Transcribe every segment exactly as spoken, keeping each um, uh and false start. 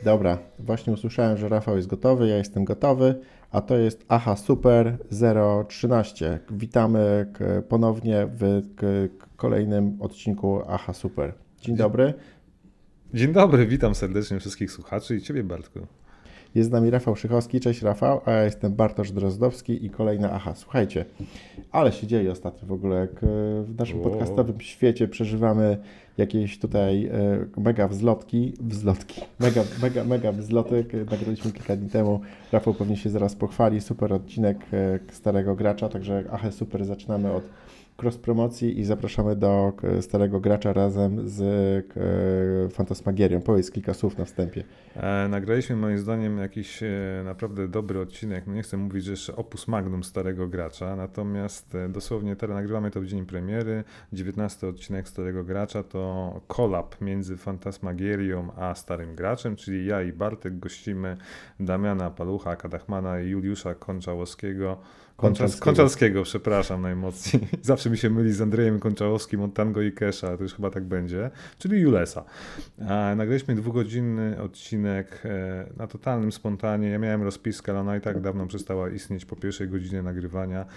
Dobra, właśnie usłyszałem, że Rafał jest gotowy, ja jestem gotowy, a to jest Aha Super zero trzynaście. Witamy k- ponownie w k- kolejnym odcinku Aha Super. Dzień dobry, Dzień dobry, witam serdecznie wszystkich słuchaczy i Ciebie, Bartku. jest z nami Rafał Szychowski, cześć Rafał, a ja jestem Bartosz Drozdowski i kolejna Aha. Słuchajcie, ale się dzieje ostatnio w ogóle, jak e, w naszym O, podcastowym świecie przeżywamy jakieś tutaj e, mega wzlotki, wzlotki, mega, mega, mega wzloty, K- nagraliśmy kilka dni temu, Rafał pewnie się zaraz pochwali, super odcinek e, starego gracza, także Aha Super zaczynamy od cross promocji i zapraszamy do k- starego gracza razem z k- Fantasmagierią. Powiedz kilka słów na wstępie. e, nagraliśmy moim zdaniem jakiś e, naprawdę dobry odcinek. No nie chcę mówić, że jeszcze opus magnum starego gracza, natomiast e, dosłownie teraz nagrywamy to w dzień premiery. dziewiętnasty odcinek starego gracza to kolab między Fantasmagierią a starym graczem, czyli ja i Bartek gościmy Damiana Palucha, Kadachmana i Juliusza Konczałowskiego. Konczas, Konczalskiego. Konczalskiego, przepraszam najmocniej. Zawsze mi się myli z Andrzejem Konczałowskim od Tango i Kesha, ale to już chyba tak będzie, czyli Julesa. A nagraliśmy dwugodzinny odcinek e, na totalnym spontanie. Ja miałem rozpiskę, ale ona i tak dawno przestała istnieć po pierwszej godzinie nagrywania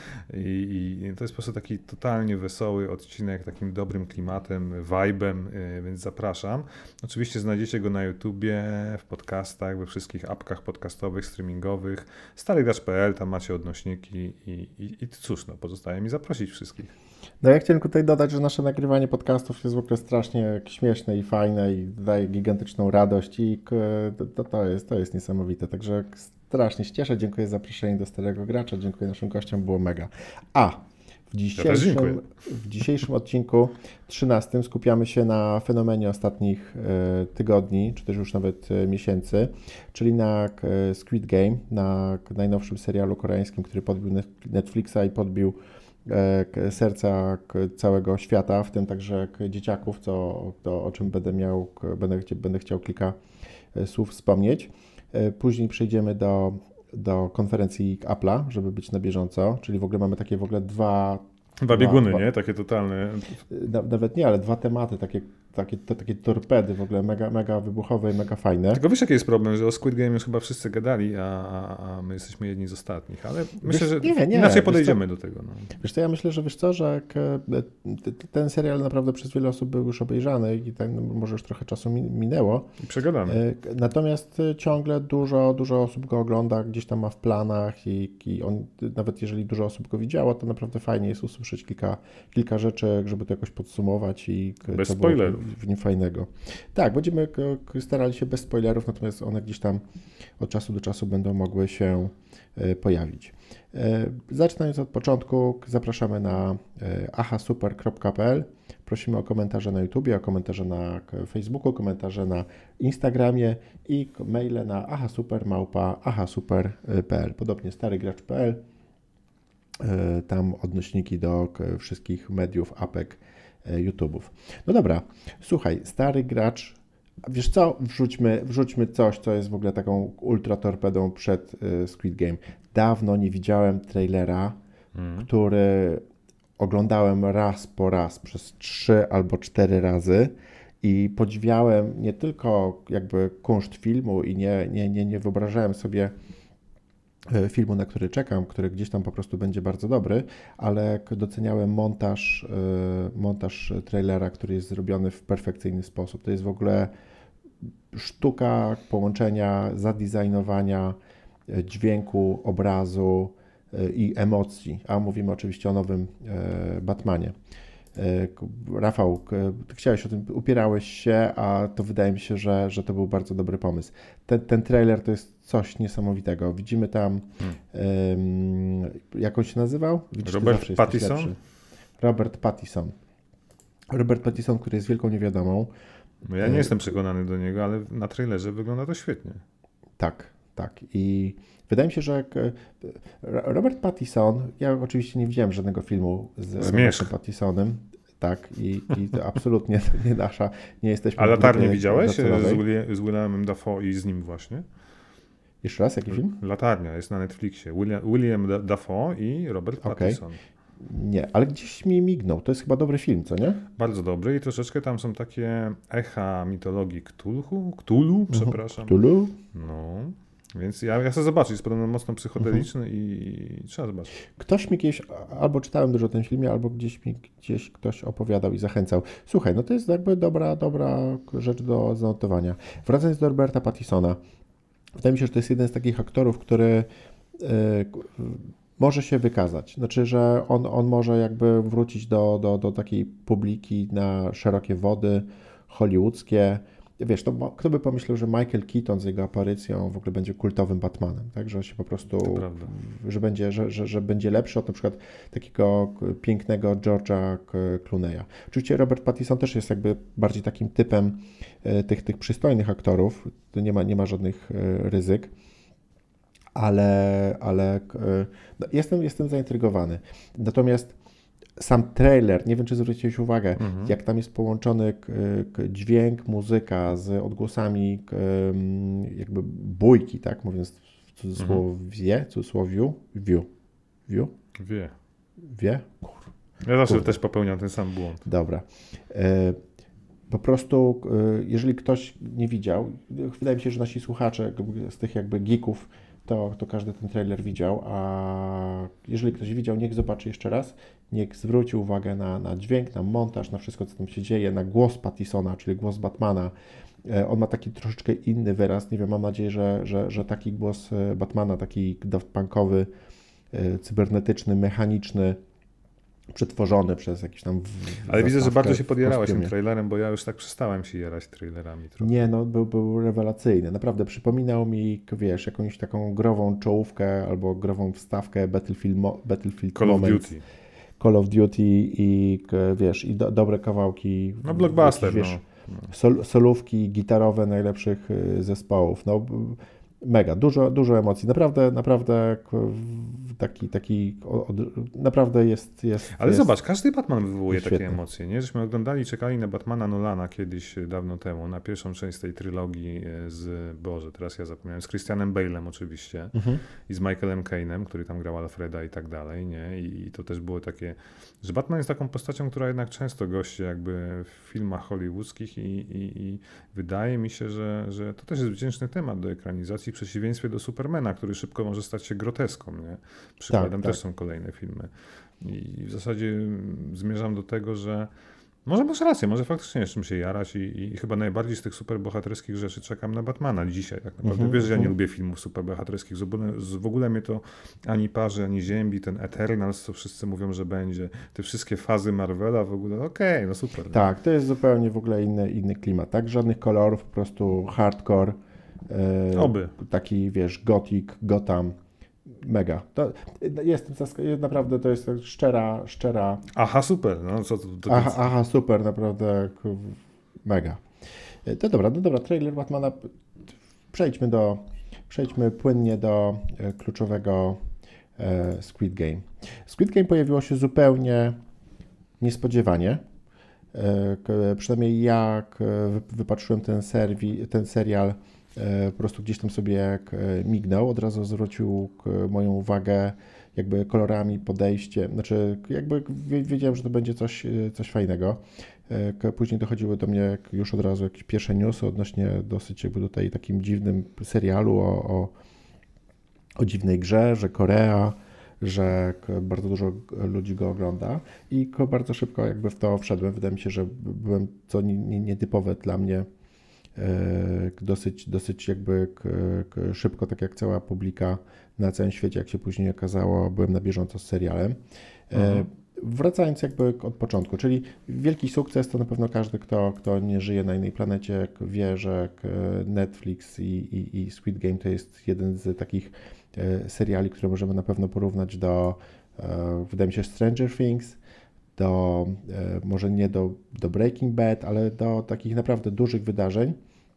i, i to jest po prostu taki totalnie wesoły odcinek, takim dobrym klimatem, vibe'em, e, więc zapraszam. Oczywiście znajdziecie go na YouTubie, w podcastach, we wszystkich apkach podcastowych, streamingowych. stary gracz kropka p l, tam macie odnośniki i, i, i cóż, no, pozostaje mi zaprosić wszystkich. No ja chciałem tutaj dodać, że nasze nagrywanie podcastów jest w ogóle strasznie śmieszne i fajne i daje gigantyczną radość i k- to, to, jest, to jest niesamowite. Także strasznie się cieszę. Dziękuję za zaproszenie do Starego Gracza. Dziękuję naszym gościom, było mega. A w też dziękuję. dzisiejszym, w dzisiejszym odcinku trzynastym skupiamy się na fenomenie ostatnich e, tygodni, czy też już nawet e, miesięcy, czyli na k- Squid Game, na k- najnowszym serialu koreańskim, który podbił Net- Netflixa i podbił e, k- serca k- całego świata, w tym także k- dzieciaków, co, to, o czym będę miał, k- będę, chci- będę chciał kilka e, słów wspomnieć. E, Później przejdziemy do, do konferencji Apple'a, żeby być na bieżąco, czyli w ogóle mamy takie w ogóle dwa, Dwa dwa, bieguny, dwa nie? Takie totalne. na, nawet nie, ale dwa tematy, takie, takie, to, takie torpedy w ogóle mega, mega wybuchowe i mega fajne. Tylko wiesz, jaki jest problem, że o Squid Game już chyba wszyscy gadali, a, a, a my jesteśmy jedni z ostatnich, ale myślę, że nie, nie, inaczej wiesz podejdziemy do tego. No. Wiesz co, ja myślę, że wiesz co, że jak, e, t- t- ten serial naprawdę przez wiele osób był już obejrzany i ten, może już trochę czasu mi- minęło. I przegadamy. E, k- Natomiast e, ciągle dużo, dużo osób go ogląda, gdzieś tam ma w planach i, i on, nawet jeżeli dużo osób go widziało, to naprawdę fajnie jest usłyszeć kilka, kilka rzeczy, żeby to jakoś podsumować i k- Bez co było spoilerów. w, w nim fajnego. Tak, będziemy k- k- starali się bez spoilerów, natomiast one gdzieś tam od czasu do czasu będą mogły się e, pojawić. E, Zaczynając od początku, zapraszamy na e, aha super kropka p l. Prosimy o komentarze na YouTubie, o komentarze na k- Facebooku, komentarze na Instagramie i k- maile na ahasuper małpa ahasuper kropka p l. Podobnie starygracz kropka p l. E, Tam odnośniki do k- wszystkich mediów, apek, e, YouTube'ów. No dobra, słuchaj, stary gracz. Wiesz co, wrzućmy, wrzućmy coś, co jest w ogóle taką ultra torpedą przed y, Squid Game. Dawno nie widziałem trailera, Mm. który oglądałem raz po raz przez trzy albo cztery razy i podziwiałem nie tylko jakby kunszt filmu i nie, nie, nie, nie wyobrażałem sobie e, filmu, na który czekam, który gdzieś tam po prostu będzie bardzo dobry, ale k- doceniałem montaż, e, montaż trailera, który jest zrobiony w perfekcyjny sposób. To jest w ogóle sztuka połączenia, zadizajnowania e, dźwięku, obrazu e, i emocji, a mówimy oczywiście o nowym e, Batmanie. E, k- Rafał, k- ty chciałeś o tym, upierałeś się, a to wydaje mi się, że, że to był bardzo dobry pomysł. Ten, ten trailer to jest coś niesamowitego. Widzimy tam, em, jak on się nazywał? Widzisz, ty Robert zawsze jesteś Pattinson? lepszy. Robert Pattinson. Robert Pattinson, który jest wielką niewiadomą. No ja nie jestem przekonany do niego, ale na trailerze wygląda to świetnie. Tak, tak. I wydaje mi się, że jak, e, Robert Pattinson, ja oczywiście nie widziałem żadnego filmu z Zmierzch. Robertem Pattinsonem, tak, i, i to absolutnie to nie nasza, nie jesteśmy A w Latarnię grupie widziałeś docelowej. z, Willi- z Williamem Dafoe i z nim właśnie? Jeszcze raz, jaki film? Latarnia jest na Netflixie. William, William Da- Dafoe i Robert Okej. Pattinson. Nie, ale gdzieś mi mignął. To jest chyba dobry film, co nie? Bardzo dobry i troszeczkę tam są takie echa mitologii Cthulhu, Cthulhu, przepraszam. Cthulhu? No, więc ja, ja chcę zobaczyć, jest podobno mocno psychodeliczny mhm. i trzeba zobaczyć. Ktoś mi kiedyś, albo czytałem dużo o tym filmie, albo gdzieś mi gdzieś ktoś opowiadał i zachęcał. Słuchaj, no to jest jakby dobra, dobra rzecz do zanotowania. Wracając do Roberta Pattinsona, wydaje mi się, że to jest jeden z takich aktorów, który yy, może się wykazać. Znaczy, że on, on może jakby wrócić do, do, do takiej publiki na szerokie wody hollywoodzkie. Wiesz, to, kto by pomyślał, że Michael Keaton z jego aparycją w ogóle będzie kultowym Batmanem, tak? Że się po prostu, że będzie, że, że, że będzie lepszy od na przykład takiego pięknego George'a Clooney'a. Oczywiście Robert Pattinson też jest jakby bardziej takim typem tych, tych przystojnych aktorów, tu nie ma, nie ma żadnych ryzyk, ale, ale no, jestem, jestem zaintrygowany. Natomiast sam trailer, nie wiem, czy zwróciłeś uwagę, mhm. jak tam jest połączony k, k, dźwięk, muzyka z odgłosami k, jakby bójki, tak, mówiąc w cudzysłowie, mhm. cudzysłowiu, view, view? Wie. Wie? Kur. Ja zawsze Kurde. też popełniam ten sam błąd. Dobra. E, po prostu, e, jeżeli ktoś nie widział, wydaje mi się, że nasi słuchacze z tych jakby geeków, to, to każdy ten trailer widział, a jeżeli ktoś widział, niech zobaczy jeszcze raz, niech zwróci uwagę na, na dźwięk, na montaż, na wszystko, co tam się dzieje, na głos Pattisona, czyli głos Batmana. On ma taki troszeczkę inny wyraz, nie wiem, mam nadzieję, że, że, że taki głos Batmana, taki Daft Punkowy, cybernetyczny, mechaniczny, przetworzony przez jakiś tam... W, Ale widzę, że bardzo się podjarałeś tym trailerem, bo ja już tak przestałem się jarać trailerami trochę. Nie, no był, był rewelacyjny. Naprawdę przypominał mi, wiesz, jakąś taką grową czołówkę albo grową wstawkę Battlefield, Battlefield Call Moments, of Duty. Call of Duty i wiesz, i do, dobre kawałki. No blockbuster, jakieś, wiesz, no. Sol, solówki gitarowe najlepszych zespołów. No mega, dużo, dużo emocji. Naprawdę, naprawdę taki, taki od, naprawdę jest, jest... Ale jest, zobacz, każdy Batman wywołuje takie emocje, nie? Żeśmy oglądali, czekali na Batmana Nolana kiedyś dawno temu, na pierwszą część tej trylogii z, Boże, teraz ja zapomniałem, z Christianem Bale'em oczywiście mhm. i z Michaelem Caine'em, który tam grał Alfreda i tak dalej, nie? I to też było takie, że Batman jest taką postacią, która jednak często gości jakby w filmach hollywoodzkich i, i, i wydaje mi się, że, że to też jest wdzięczny temat do ekranizacji, w przeciwieństwie do Supermana, który szybko może stać się groteską, nie? Przykładem tak, też tak. są kolejne filmy. I w zasadzie zmierzam do tego, że może masz rację, może faktycznie jest czym się jarać i, i chyba najbardziej z tych superbohaterskich rzeczy czekam na Batmana dzisiaj. Tak naprawdę mm-hmm. wiesz, że ja nie lubię filmów superbohaterskich, z ogóle, z, w ogóle mnie to ani parzy, ani ziębi, ten Eternals, co wszyscy mówią, że będzie, te wszystkie fazy Marvela w ogóle, okej, okay, no super. Tak, nie? To jest zupełnie w ogóle inny, inny klimat, tak? Żadnych kolorów, po prostu hardcore, yy, Oby. taki wiesz, gothic, Gotham. Mega. To jestem zaskoczony, naprawdę to jest szczera, szczera... Aha, super. No, co, to, to aha, aha, super, naprawdę mega. No dobra, no dobra, trailer Batmana. Przejdźmy do, przejdźmy płynnie do kluczowego e, Squid Game. Squid Game pojawiło się zupełnie niespodziewanie. E, przynajmniej jak wypatrzyłem ten, serwi, ten serial, po prostu gdzieś tam sobie jak mignął, od razu zwrócił moją uwagę jakby kolorami, podejściem, znaczy jakby wiedziałem, że to będzie coś, coś fajnego. Później dochodziły do mnie już od razu jakieś pierwsze newsy odnośnie dosyć jakby tutaj takim dziwnym serialu o, o, o dziwnej grze, że Korea, że bardzo dużo ludzi go ogląda i bardzo szybko jakby w to wszedłem. Wydaje mi się, że byłem co nietypowe dla mnie. Dosyć, dosyć jakby szybko, tak jak cała publika na całym świecie, jak się później okazało, byłem na bieżąco z serialem. Mhm. Wracając jakby od początku, czyli wielki sukces, to na pewno każdy, kto, kto nie żyje na innej planecie, wie, że Netflix i, i, i Squid Game to jest jeden z takich seriali, które możemy na pewno porównać do, wydaje mi się, Stranger Things, do, może nie do, do Breaking Bad, ale do takich naprawdę dużych wydarzeń,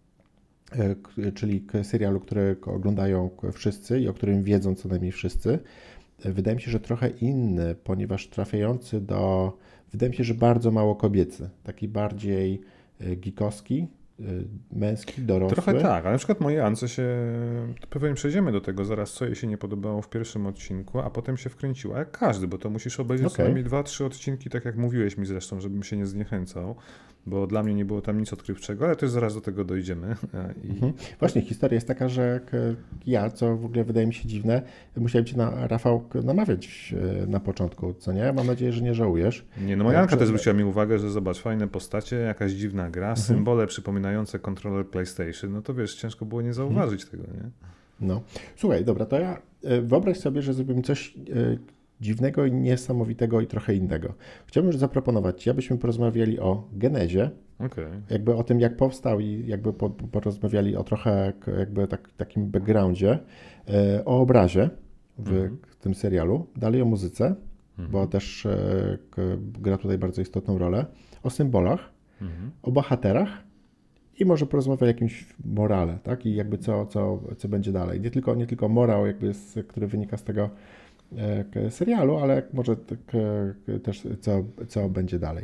czyli serialu, który oglądają wszyscy i o którym wiedzą co najmniej wszyscy. Wydaje mi się, że trochę inny, ponieważ trafiający do, wydaje mi się, że bardzo mało kobiecy, taki bardziej geekowski, męski, dorosły. Trochę tak, ale na przykład mojej Ance się, pewnie przejdziemy do tego zaraz, co jej się nie podobało w pierwszym odcinku, a potem się wkręciła, jak każdy, bo to musisz obejrzeć okay. co najmniej dwa, trzy odcinki, tak jak mówiłeś mi zresztą, żebym się nie zniechęcał, bo dla mnie nie było tam nic odkrywczego, ale też zaraz do tego dojdziemy. I... Mhm. Właśnie, historia jest taka, że jak ja, co w ogóle wydaje mi się dziwne, musiałem cię na Rafał namawiać na początku, co nie? Mam nadzieję, że nie żałujesz. Nie, no moja Anka też zwróciła mi uwagę, że zobacz, fajne postacie, jakaś dziwna gra, mhm. symbole przypominające kontroler PlayStation, no to wiesz, ciężko było nie zauważyć mhm. tego, nie? No, słuchaj, dobra, to ja wyobraź sobie, że zrobimy coś dziwnego i niesamowitego i trochę innego. Chciałbym zaproponować ci, abyśmy porozmawiali o genezie, okay. jakby o tym, jak powstał i jakby porozmawiali o trochę jakby tak, takim backgroundzie, o obrazie w mhm. tym serialu, dalej o muzyce, mhm. bo też gra tutaj bardzo istotną rolę, o symbolach, mhm. o bohaterach i może porozmawiać o jakimś morale, tak? I jakby co, co, co będzie dalej. Nie tylko, nie tylko morał, jakby z, który wynika z tego serialu, ale może tak, też co, co będzie dalej.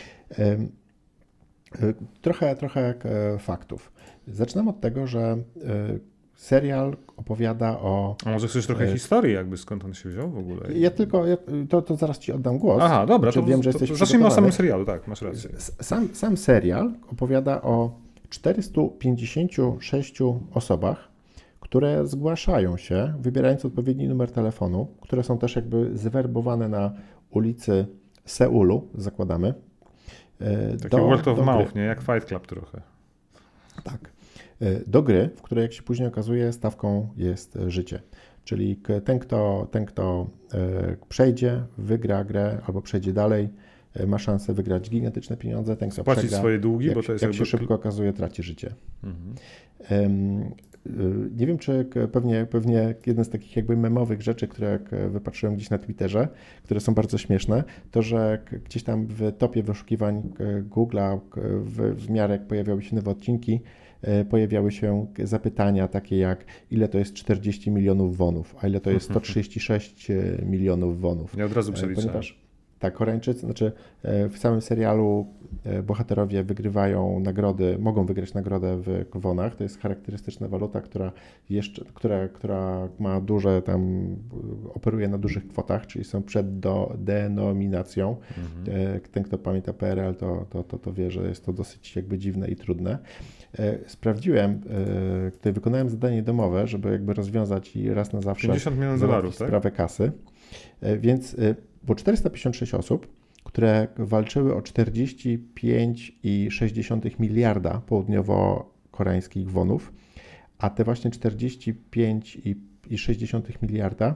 Trochę, trochę faktów. Zaczynam od tego, że serial opowiada o... A może chcesz trochę historii, jakby skąd on się wziął w ogóle? Ja tylko, ja, to, to zaraz ci oddam głos. Aha, dobra, to, wiem, że to, jesteś to zacznijmy o samym serialu, tak, masz rację. Sam, sam serial opowiada o czterystu pięćdziesięciu sześciu osobach, które zgłaszają się, wybierając odpowiedni numer telefonu, które są też jakby zwerbowane na ulicy Seulu, zakładamy. Taki word of mouth, nie? Jak Fight Club trochę. Tak. Do gry, w której jak się później okazuje stawką jest życie. Czyli ten, kto, ten, kto przejdzie, wygra grę albo przejdzie dalej, ma szansę wygrać gigantyczne pieniądze. Ten, kto Spłacić przegra, swoje długi, jak, bo to jest jak jakby... się szybko okazuje, traci życie. Mhm. Um, Nie wiem, czy pewnie, pewnie jeden z takich jakby memowych rzeczy, które wypatrzyłem gdzieś na Twitterze, które są bardzo śmieszne, to, że gdzieś tam w topie wyszukiwań Google'a w, w miarę jak pojawiały się nowe odcinki, pojawiały się zapytania takie jak ile to jest czterdzieści milionów wonów, a ile to jest sto trzydzieści sześć milionów wonów. Ja od razu przeliczałem. Ponieważ tak, Koreańczycy, znaczy w samym serialu bohaterowie wygrywają nagrody, mogą wygrać nagrodę w wonach. To jest charakterystyczna waluta, która jeszcze, która, która ma duże tam, operuje na dużych kwotach, czyli są przed do denominacją. Mhm. Ten, kto pamięta P R L, to, to, to, to wie, że jest to dosyć jakby dziwne i trudne. Sprawdziłem, tutaj wykonałem zadanie domowe, żeby jakby rozwiązać i raz na zawsze pięćdziesiąt milionów dolarów, tak? sprawę kasy. Więc było czterysta pięćdziesiąt sześć osób, które walczyły o czterdzieści pięć przecinek sześć miliarda południowo-koreańskich wonów, a te właśnie czterdzieści pięć przecinek sześć miliarda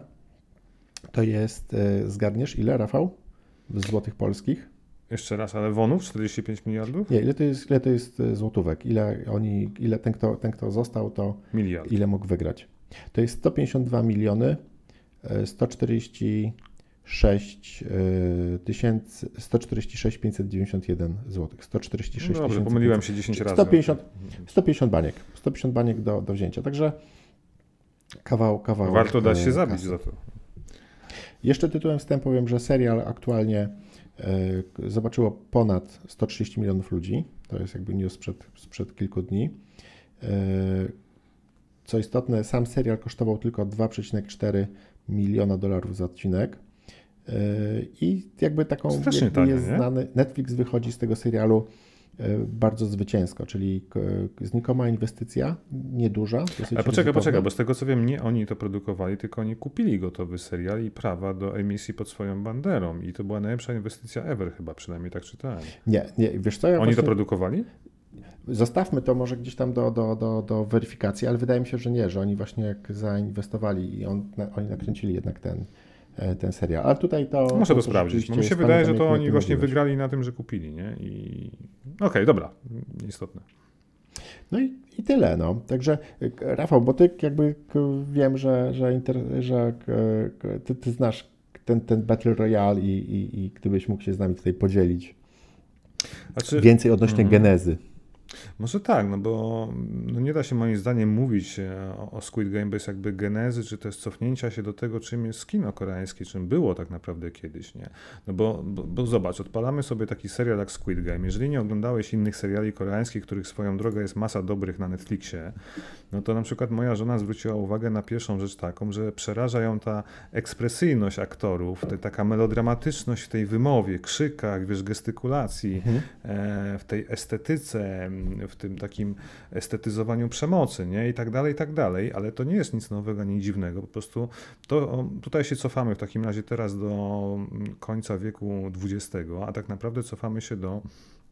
to jest, zgadniesz ile, Rafał, w złotych polskich? Jeszcze raz, ale wonów czterdzieści pięć miliardów? Nie, ile to jest, ile to jest złotówek? Ile oni, ile ten kto, ten, kto został, to Miliard. Ile mógł wygrać? To jest sto pięćdziesiąt dwa miliony sto czterdzieści sześć tysięcy sto czterdzieści sześć tysięcy pięćset dziewięćdziesiąt jeden złotych. sto czterdzieści sześć no dobrze, pomyliłem się dziesięć razy. sto pięćdziesiąt, sto pięćdziesiąt baniek. sto pięćdziesiąt baniek do, do wzięcia. Także kawał, kawał. Warto dać się zabić kasy. za to. Jeszcze tytułem wstępu powiem, że serial aktualnie y, zobaczyło ponad sto trzydzieści milionów ludzi. To jest jakby news sprzed, sprzed kilku dni. Y, co istotne, sam serial kosztował tylko dwa przecinek cztery miliona dolarów za odcinek. I jakby taką jakby tanie, jest nie? znany, Netflix wychodzi z tego serialu bardzo zwycięsko, czyli znikoma inwestycja, nieduża. Ale poczekaj, poczekaj, bo z tego co wiem, nie oni to produkowali, tylko oni kupili gotowy serial i prawa do emisji pod swoją banderą i to była najlepsza inwestycja ever chyba, przynajmniej tak czytałem. Nie, nie, wiesz co? Ja oni właśnie... to produkowali? Zostawmy to może gdzieś tam do, do, do, do weryfikacji, ale wydaje mi się, że nie, że oni właśnie jak zainwestowali i on, oni nakręcili jednak ten ten serial. Ale tutaj to... Muszę to, to sprawdzić. No mi się wydaje, że to oni właśnie mówiłeś. Wygrali na tym, że kupili, nie? I okej, okay, dobra, nieistotne. No i, i tyle, no. Także Rafał, bo ty jakby wiem, że, że, inter, że ty, ty znasz ten, ten Battle Royale i, i, i gdybyś mógł się z nami tutaj podzielić. Znaczy, więcej odnośnie mm. genezy. Może tak, no bo no nie da się moim zdaniem mówić o, o Squid Game bez jakby genezy, czy też cofnięcia się do tego, czym jest kino koreańskie, czym było tak naprawdę kiedyś, nie? No bo, bo, bo zobacz, odpalamy sobie taki serial jak Squid Game. Jeżeli nie oglądałeś innych seriali koreańskich, których swoją drogą jest masa dobrych na Netflixie, no to na przykład moja żona zwróciła uwagę na pierwszą rzecz taką, że przeraża ją ta ekspresyjność aktorów, ta, taka melodramatyczność w tej wymowie, krzykach, wiesz, gestykulacji, mhm. e, w tej estetyce, w tym takim estetyzowaniu przemocy, nie? I tak dalej, i tak dalej, ale to nie jest nic nowego, ani dziwnego, po prostu to, tutaj się cofamy w takim razie teraz do końca wieku dwudziestego, a tak naprawdę cofamy się do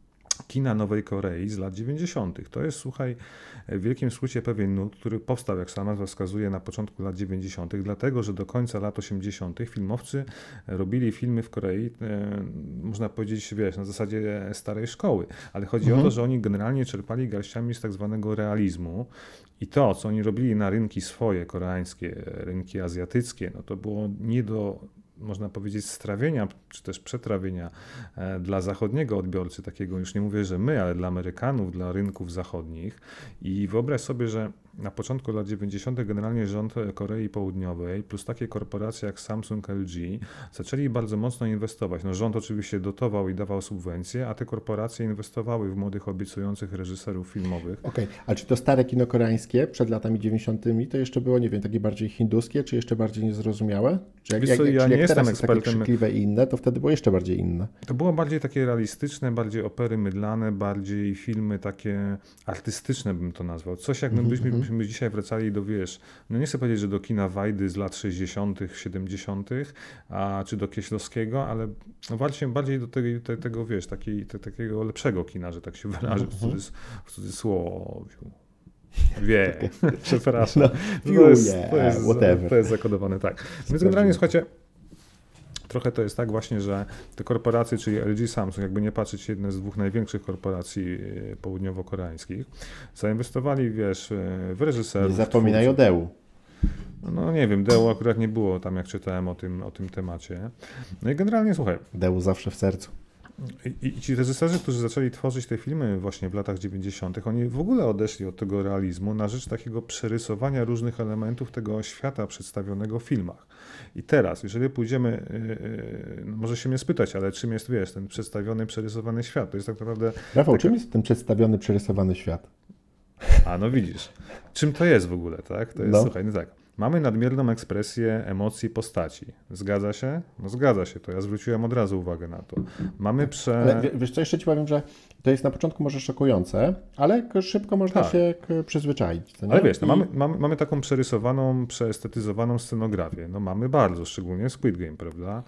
kina Nowej Korei z lat dziewięćdziesiątych. To jest, słuchaj, w wielkim skrócie pewien nurt, który powstał, jak sama nazwa wskazuje, na początku lat dziewięćdziesiątych, dlatego, że do końca lat osiemdziesiątych filmowcy robili filmy w Korei, e, można powiedzieć, wiesz, na zasadzie starej szkoły, ale chodzi mhm. o to, że oni generalnie czerpali garściami z tak zwanego realizmu i to, co oni robili na rynki swoje, koreańskie, rynki azjatyckie, no to było nie do, można powiedzieć, strawienia, czy też przetrawienia e, dla zachodniego odbiorcy, takiego już nie mówię, że my, ale dla Amerykanów, dla rynków zachodnich. I wyobraź sobie, że na początku lat dziewięćdziesiątych generalnie rząd Korei Południowej plus takie korporacje jak Samsung, L G zaczęli bardzo mocno inwestować. No, rząd oczywiście dotował i dawał subwencje, a te korporacje inwestowały w młodych, obiecujących reżyserów filmowych. Okej, okay. Ale czy to stare kino koreańskie przed latami dziewięćdziesiątymi to jeszcze było, nie wiem, takie bardziej hinduskie, czy jeszcze bardziej niezrozumiałe? Czy jak, Wiesz co, jak, ja czy nie jak jestem teraz jest takie ekspertem. krzykliwe i inne, to wtedy było jeszcze bardziej inne. To było bardziej takie realistyczne, bardziej opery mydlane, bardziej filmy takie artystyczne bym to nazwał. Coś jakbyśmy mm-hmm. byśmy dzisiaj wracali do, wiesz, no nie chcę powiedzieć, że do kina Wajdy z lat sześćdziesiątych, siedemdziesiątych, a czy do Kieślowskiego, ale no bardziej, bardziej do tego, te, tego wiesz, takiej, te, takiego lepszego kina, że tak się wyrażę, w, cudzys, w cudzysłowie. Wie, przepraszam. No, to, jest, to, jest, jest, to jest zakodowane, tak. Więc generalnie, słuchajcie, trochę to jest tak właśnie, że te korporacje, czyli L G, Samsung, jakby nie patrzeć, jedne z dwóch największych korporacji południowo-koreańskich, zainwestowali, wiesz, w reżyserów. Nie zapominaj o Deu. No nie wiem, Deu akurat nie było tam, jak czytałem o tym, o tym temacie. No i generalnie, słuchaj. Deu zawsze w sercu. I, I ci reżyserzy, którzy zaczęli tworzyć te filmy właśnie w latach dziewięćdziesiątych, oni w ogóle odeszli od tego realizmu na rzecz takiego przerysowania różnych elementów tego świata przedstawionego w filmach. I teraz, jeżeli pójdziemy, yy, yy, może się mnie spytać, ale czym jest, wiesz, ten przedstawiony, przerysowany świat? To jest tak naprawdę... Rafał, taka... czym jest ten przedstawiony, przerysowany świat? A, no widzisz. Czym to jest w ogóle, tak? To jest, no. słuchaj, no tak. Mamy nadmierną ekspresję emocji postaci. Zgadza się? No zgadza się, to ja zwróciłem od razu uwagę na to. Mamy prze... Ale wiesz co, jeszcze ci powiem, że to jest na początku może szokujące, ale szybko można tak. się przyzwyczaić. Co nie? Ale wiesz, no I... mamy, mamy, mamy taką przerysowaną, przeestetyzowaną scenografię. No mamy bardzo, szczególnie Squid Game, prawda?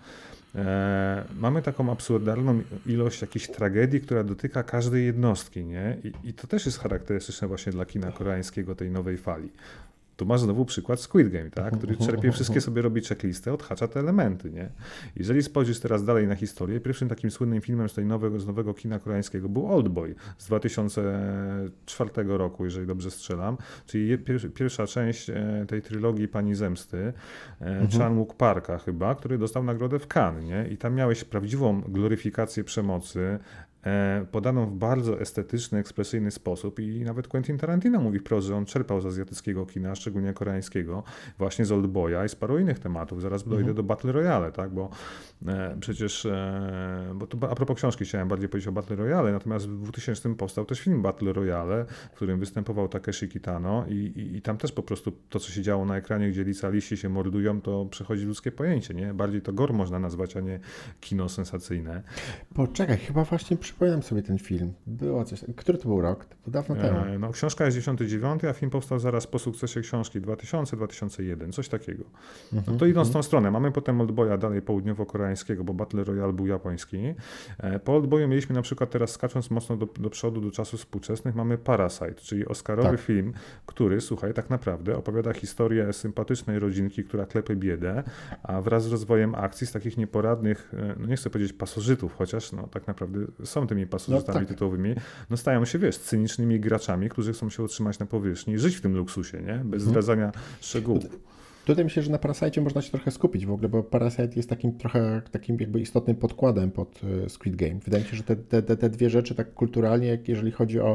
E, mamy taką absurdalną ilość jakiejś tragedii, która dotyka każdej jednostki, nie? I, I to też jest charakterystyczne właśnie dla kina koreańskiego, tej nowej fali. Tu masz znowu przykład Squid Game, tak? Który czerpie wszystkie, sobie robi checklistę, odhacza te elementy, nie? Jeżeli spojrzysz teraz dalej na historię, pierwszym takim słynnym filmem z tej nowego, z nowego kina koreańskiego był Oldboy z dwa tysiące czwartego roku, jeżeli dobrze strzelam, czyli pier, pierwsza część tej trylogii Pani Zemsty, mhm. Chan-wook Parka chyba, który dostał nagrodę w Cannes, nie? I tam miałeś prawdziwą gloryfikację przemocy, podaną w bardzo estetyczny, ekspresyjny sposób i nawet Quentin Tarantino mówi wprost, że on czerpał z azjatyckiego kina, szczególnie koreańskiego, właśnie z Oldboya i z paru innych tematów. Zaraz dojdę mhm. do Battle Royale, tak, bo e, przecież, e, bo to a propos książki chciałem bardziej powiedzieć o Battle Royale, natomiast w dwutysięcznym powstał też film Battle Royale, w którym występował Takeshi Kitano i, i, i tam też po prostu to, co się działo na ekranie, gdzie licealiści się mordują, to przechodzi ludzkie pojęcie, nie? Bardziej to gore można nazwać, a nie kino sensacyjne. Poczekaj, chyba właśnie przypominam sobie ten film. Było coś. Który to był rok? To było dawno temu. E, no, książka jest dziewięćdziesiąty dziewiąty, a film powstał zaraz po sukcesie książki dwa tysiące, dwa tysiące jeden, coś takiego. Mm-hmm, no to idąc mm-hmm. tą stronę, mamy potem Oldboya dalej południowo-koreańskiego, bo Battle Royale był japoński. E, po Oldboyu mieliśmy na przykład teraz, skacząc mocno do, do przodu, do czasów współczesnych, mamy Parasite, czyli oscarowy tak. film, który, słuchaj, tak naprawdę opowiada historię sympatycznej rodzinki, która klepie biedę, a wraz z rozwojem akcji z takich nieporadnych, no nie chcę powiedzieć pasożytów, chociaż no tak naprawdę są tymi pasożytami no, tak. tytułowymi, no stają się, wiesz, cynicznymi graczami, którzy chcą się utrzymać na powierzchni i żyć w tym luksusie, nie? Bez zdradzania hmm. szczegółów. Tutaj myślę, że na Parasite można się trochę skupić w ogóle, bo Parasite jest takim trochę takim jakby istotnym podkładem pod Squid Game. Wydaje mi się, że te, te, te dwie rzeczy tak kulturalnie, jak jeżeli chodzi o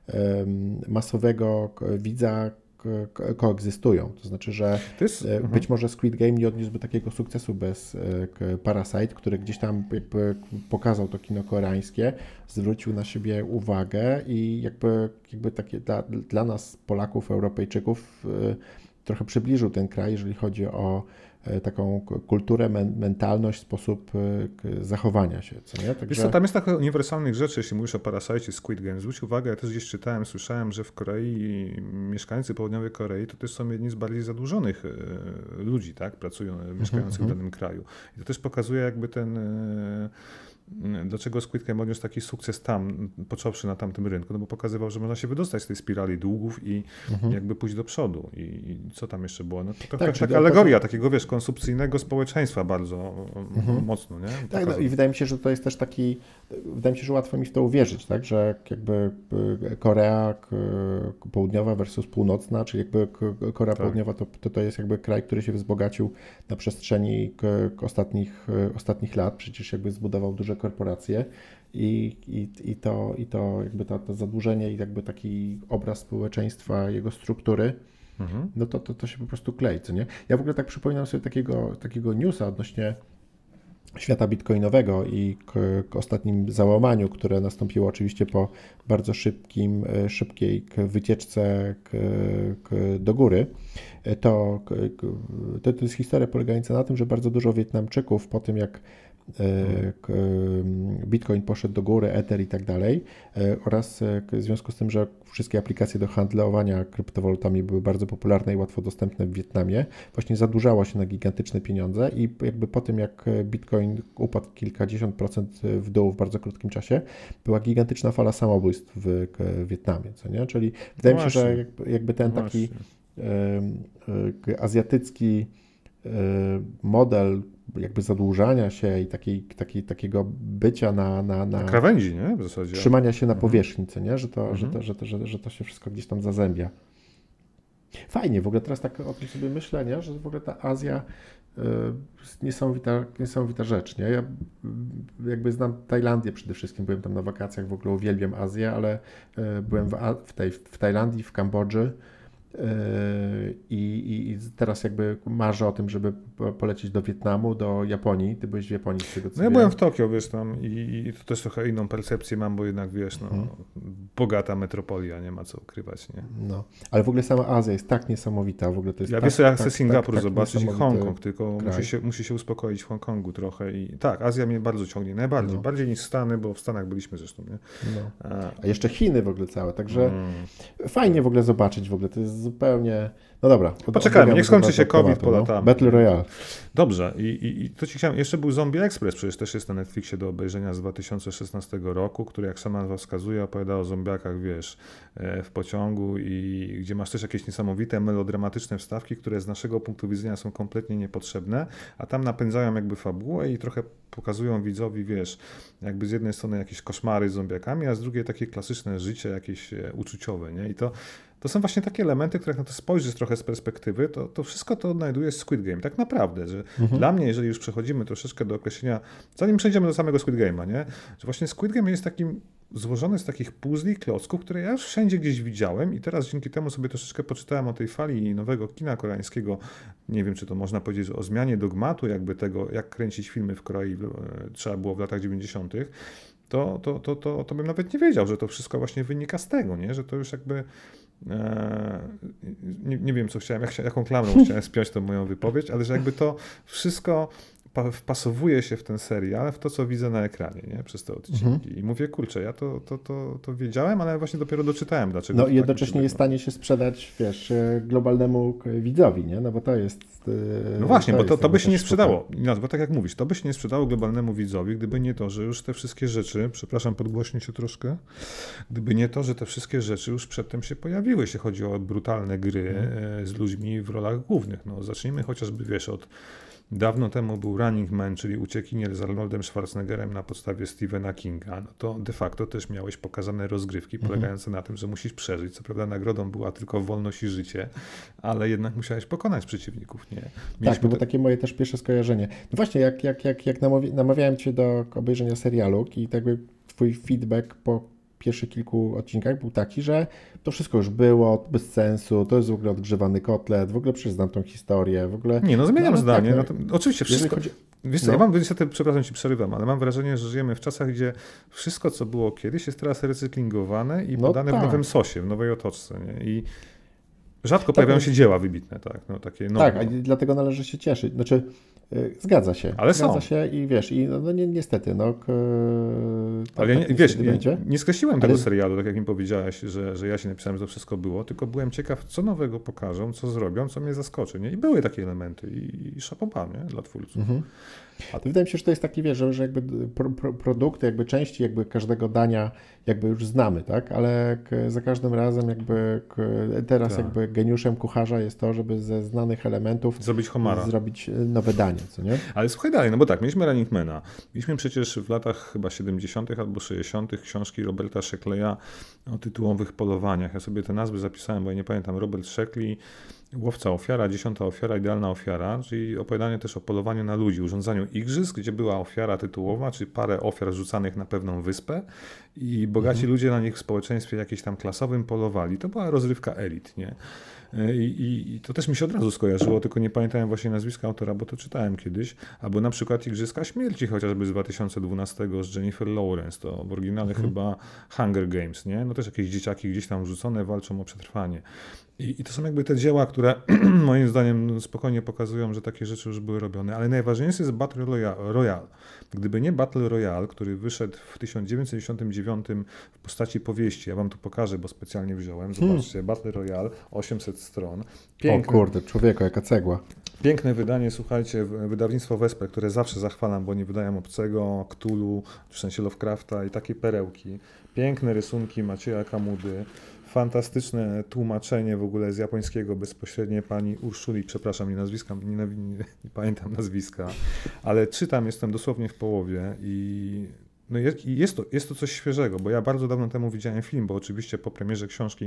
masowego widza ko- koegzystują. To znaczy, że To jest, e, mhm. być może Squid Game nie odniósłby takiego sukcesu bez e, k- Parasite, który gdzieś tam jakby pokazał to kino koreańskie, zwrócił na siebie uwagę i jakby, jakby takie dla, dla nas, Polaków, Europejczyków, e, trochę przybliżył ten kraj, jeżeli chodzi o e, taką k- kulturę, men- mentalność, sposób e, k- zachowania się, co nie? Wiesz Także co, tam jest takich uniwersalnych rzeczy, jeśli mówisz o Parasite, Squid Game. Zwróć uwagę, ja też gdzieś czytałem, słyszałem, że w Korei mieszkańcy południowej Korei to też są jedni z bardziej zadłużonych e, ludzi, tak, pracują, mieszkających w mhm. danym kraju. I to też pokazuje jakby ten, e, dlaczego Squid Game odniósł taki sukces tam, począwszy na tamtym rynku, no bo pokazywał, że można się wydostać z tej spirali długów i Mhm. jakby pójść do przodu. I, i co tam jeszcze było? No to trochę Tak, tak, czyli taka to- alegoria takiego, wiesz, konsumpcyjnego społeczeństwa bardzo Mhm. mocno, nie? Tak, Taka- no i wydaje mi się, że to jest też taki, wydaje mi się, że łatwo mi w to uwierzyć, tak, że jakby y, Korea k- Południowa versus Północna, czyli jakby K- Korea Tak. Południowa to, to, to jest jakby kraj, który się wzbogacił na przestrzeni k- k- ostatnich, y, ostatnich lat, przecież jakby zbudował duże korporacje i, i, i to, i to jakby to, to zadłużenie i jakby taki obraz społeczeństwa, jego struktury, Mhm. no to, to, to się po prostu klei, co nie? Ja w ogóle tak przypominam sobie takiego, takiego newsa odnośnie świata bitcoinowego i k, k ostatnim załamaniu, które nastąpiło oczywiście po bardzo szybkim, e, szybkiej k wycieczce k, k do góry, e, to, k, k, to, to jest historia polegająca na tym, że bardzo dużo Wietnamczyków po tym, jak e, k, Bitcoin poszedł do góry, Ether i tak dalej, e, oraz e, k, w związku z tym, że wszystkie aplikacje do handlowania kryptowalutami były bardzo popularne i łatwo dostępne w Wietnamie, właśnie zadłużało się na gigantyczne pieniądze i jakby po tym, jak Bitcoin upadł kilkadziesiąt procent w dół w bardzo krótkim czasie, była gigantyczna fala samobójstw w k- Wietnamie, co nie? Czyli wydaje mi się, że właśnie. jakby, jakby ten No taki właśnie. e, e, azjatycki e, model jakby zadłużania się i takiej, takiej, takiego bycia na, na, Na na krawędzi, nie? W zasadzie. trzymania się na Mhm. powierzchni, co nie? Że to, że, Mhm. to, że, to, że, że to się wszystko gdzieś tam zazębia. Fajnie, w ogóle teraz tak o tym sobie myślę, nie? Że w ogóle ta Azja y, jest niesamowita, niesamowita rzecz, nie? Ja y, jakby znam Tajlandię przede wszystkim, byłem tam na wakacjach, w ogóle uwielbiam Azję, ale y, byłem w, A- w, tej, w Tajlandii, w Kambodży y, i, i, i teraz jakby marzę o tym, żeby po- polecieć do Wietnamu, do Japonii. Ty byłeś w Japonii, z tego co No ja wiem. byłem w Tokio, wiesz, tam i, i to też trochę inną percepcję mam, bo jednak, wiesz, no, Mhm. bogata metropolia, nie ma co ukrywać, nie? No, ale w ogóle sama Azja jest tak niesamowita, w ogóle to jest Ja tak, wiesz, co, ja tak, chcę Singapur tak, tak zobaczyć i niesamowity Hongkong, tylko kraj. musi się, musi się uspokoić w Hongkongu trochę i tak, Azja mnie bardzo ciągnie, najbardziej, No. bardziej niż Stany, bo w Stanach byliśmy zresztą, nie? No. A, A jeszcze Chiny w ogóle całe, także mm. fajnie w ogóle zobaczyć w ogóle, to jest zupełnie, no dobra. od- Poczekajmy, odbiegamy niech za skończy bardzo się od COVID, tematu, no. polatamy. Battle Royale. Dobrze, I, i, i to ci chciałem, jeszcze był Zombie Express, przecież też jest na Netflixie do obejrzenia z dwa tysiące szesnastego roku, który jak sama nazwa wskazuje, opowiada o zombiakach, wiesz, e, w pociągu i gdzie masz też jakieś niesamowite, melodramatyczne wstawki, które z naszego punktu widzenia są kompletnie niepotrzebne, a tam napędzają jakby fabułę i trochę pokazują widzowi, wiesz, jakby z jednej strony jakieś koszmary z zombiakami, a z drugiej takie klasyczne życie jakieś e, uczuciowe, nie? I to To są właśnie takie elementy, które jak na to spojrzysz trochę z perspektywy, to, to wszystko to odnajduje Squid Game. Tak naprawdę, że Mhm. dla mnie, jeżeli już przechodzimy troszeczkę do określenia, zanim przejdziemy do samego Squid Game'a, nie? Że właśnie Squid Game jest takim złożony z takich puzli, klocków, które ja już wszędzie gdzieś widziałem i teraz dzięki temu sobie troszeczkę poczytałem o tej fali nowego kina koreańskiego. Nie wiem, czy to można powiedzieć że o zmianie dogmatu jakby tego, jak kręcić filmy w Korei w- e, trzeba było w latach dziewięćdziesiątych. To, to, to, to, to bym nawet nie wiedział, że to wszystko właśnie wynika z tego, nie? Że to już jakby e, nie, nie wiem, co chciałem, jak, jaką klamrą chciałem spiąć tą moją wypowiedź, ale że jakby to wszystko pa, wpasowuje się w ten serial, w to, co widzę na ekranie, nie? Przez te odcinki. Mhm. I mówię, kurczę, ja to, to, to, to wiedziałem, ale właśnie dopiero doczytałem, dlaczego. No to i tak jednocześnie mi się jest w stanie się sprzedać, wiesz, e, globalnemu k- widzowi, nie? No bo to jest... e, No właśnie, bo to, jest to by jakby się nie też sprzedało. No, bo tak jak mówisz, to by się nie sprzedało globalnemu widzowi, gdyby nie to, że już te wszystkie rzeczy, przepraszam, podgłośnię się troszkę, gdyby nie to, że te wszystkie rzeczy już przedtem się pojawiły, jeśli chodzi o brutalne gry e, z ludźmi w rolach głównych. No, zacznijmy chociażby, wiesz, od dawno temu był Running Man, czyli Uciekinier z Arnoldem Schwarzeneggerem na podstawie Stephena Kinga. No to de facto też miałeś pokazane rozgrywki Mhm. polegające na tym, że musisz przeżyć. Co prawda nagrodą była tylko wolność i życie, ale jednak musiałeś pokonać przeciwników, nie? Tak, Mieliśmy to było te- takie moje też pierwsze skojarzenie. No właśnie, jak, jak, jak, jak namawi- namawiałem Cię do obejrzenia serialu i tak jakby Twój feedback po pierwszych kilku odcinkach był taki, że to wszystko już było, bez sensu, to jest w ogóle odgrzewany kotlet, w ogóle przecież znam tą historię, w ogóle... Nie, no zmieniam no, zdanie. Tak, no to, oczywiście wszystko... Chodzi... Wiesz co, no. ja mam, niestety, przepraszam, ci przerywam, ale mam wrażenie, że żyjemy w czasach, gdzie wszystko, co było kiedyś, jest teraz recyklingowane i no podane tak. w nowym sosie, w nowej otoczce. Nie? I rzadko tak, pojawiają się dzieła wybitne, tak? No, takie tak, a dlatego należy się cieszyć. Znaczy, yy, zgadza się. Ale zgadza są. się i wiesz, i no, no ni niestety, no... K, tak, ale ja nie, tak wiesz, nie, nie, nie skreśliłem tego ale... serialu, tak jak mi powiedziałeś, że, że ja się napisałem, że to wszystko było, tylko byłem ciekaw, co nowego pokażą, co zrobią, co mnie zaskoczy. Nie? I były takie elementy i, i szapoba, nie? Dla twórców. Mhm. A to wydaje mi się, że to jest taki, wiesz, że, że jakby pro, pro, produkty, jakby części jakby każdego dania jakby już znamy, tak? Ale k, za każdym razem jakby k, teraz tak. jakby geniuszem kucharza jest to, żeby ze znanych elementów zrobić homara. Zrobić nowe danie, co nie? Ale słuchaj dalej, no bo tak, mieliśmy Runningmana. Mieliśmy przecież w latach chyba siedemdziesiątych albo sześćdziesiątych książki Roberta Shekleya o tytułowych polowaniach. Ja sobie te nazwy zapisałem, bo ja nie pamiętam. Robert Sheckley, Łowca ofiara, Dziesiąta ofiara, Idealna ofiara, czyli opowiadanie też o polowaniu na ludzi, urządzaniu igrzysk, gdzie była ofiara tytułowa, czyli parę ofiar rzucanych na pewną wyspę i bogaci mhm. ludzie na nich w społeczeństwie jakimś tam klasowym polowali. To była rozrywka elit, nie? I, i, I to też mi się od razu skojarzyło, tylko nie pamiętałem właśnie nazwiska autora, bo to czytałem kiedyś. Albo na przykład Igrzyska Śmierci, chociażby z dwa tysiące dwunastego z Jennifer Lawrence, to w oryginale mhm. chyba Hunger Games, nie? No też jakieś dzieciaki gdzieś tam rzucone walczą o przetrwanie. I, I to są jakby te dzieła, które moim zdaniem spokojnie pokazują, że takie rzeczy już były robione. Ale najważniejsze jest Battle Royale. Gdyby nie Battle Royale, który wyszedł w tysiąc dziewięćset dziewięćdziesiątym dziewiątym w postaci powieści, ja wam tu pokażę, bo specjalnie wziąłem, zobaczcie, hmm. Battle Royale, osiemset stron. Piękne, o kurde, człowieku, jaka cegła. Piękne wydanie, słuchajcie, wydawnictwo Wesper, które zawsze zachwalam, bo nie wydają Obcego, Cthulhu, w sensie Lovecrafta i takie perełki. Piękne rysunki Macieja Kamudy. Fantastyczne tłumaczenie w ogóle z japońskiego bezpośrednie pani Urszuli, przepraszam, nie nazwiska, nie, nie, nie pamiętam nazwiska, ale czytam, jestem dosłownie w połowie i no jest, jest, to, jest to coś świeżego, bo ja bardzo dawno temu widziałem film, bo oczywiście po premierze książki,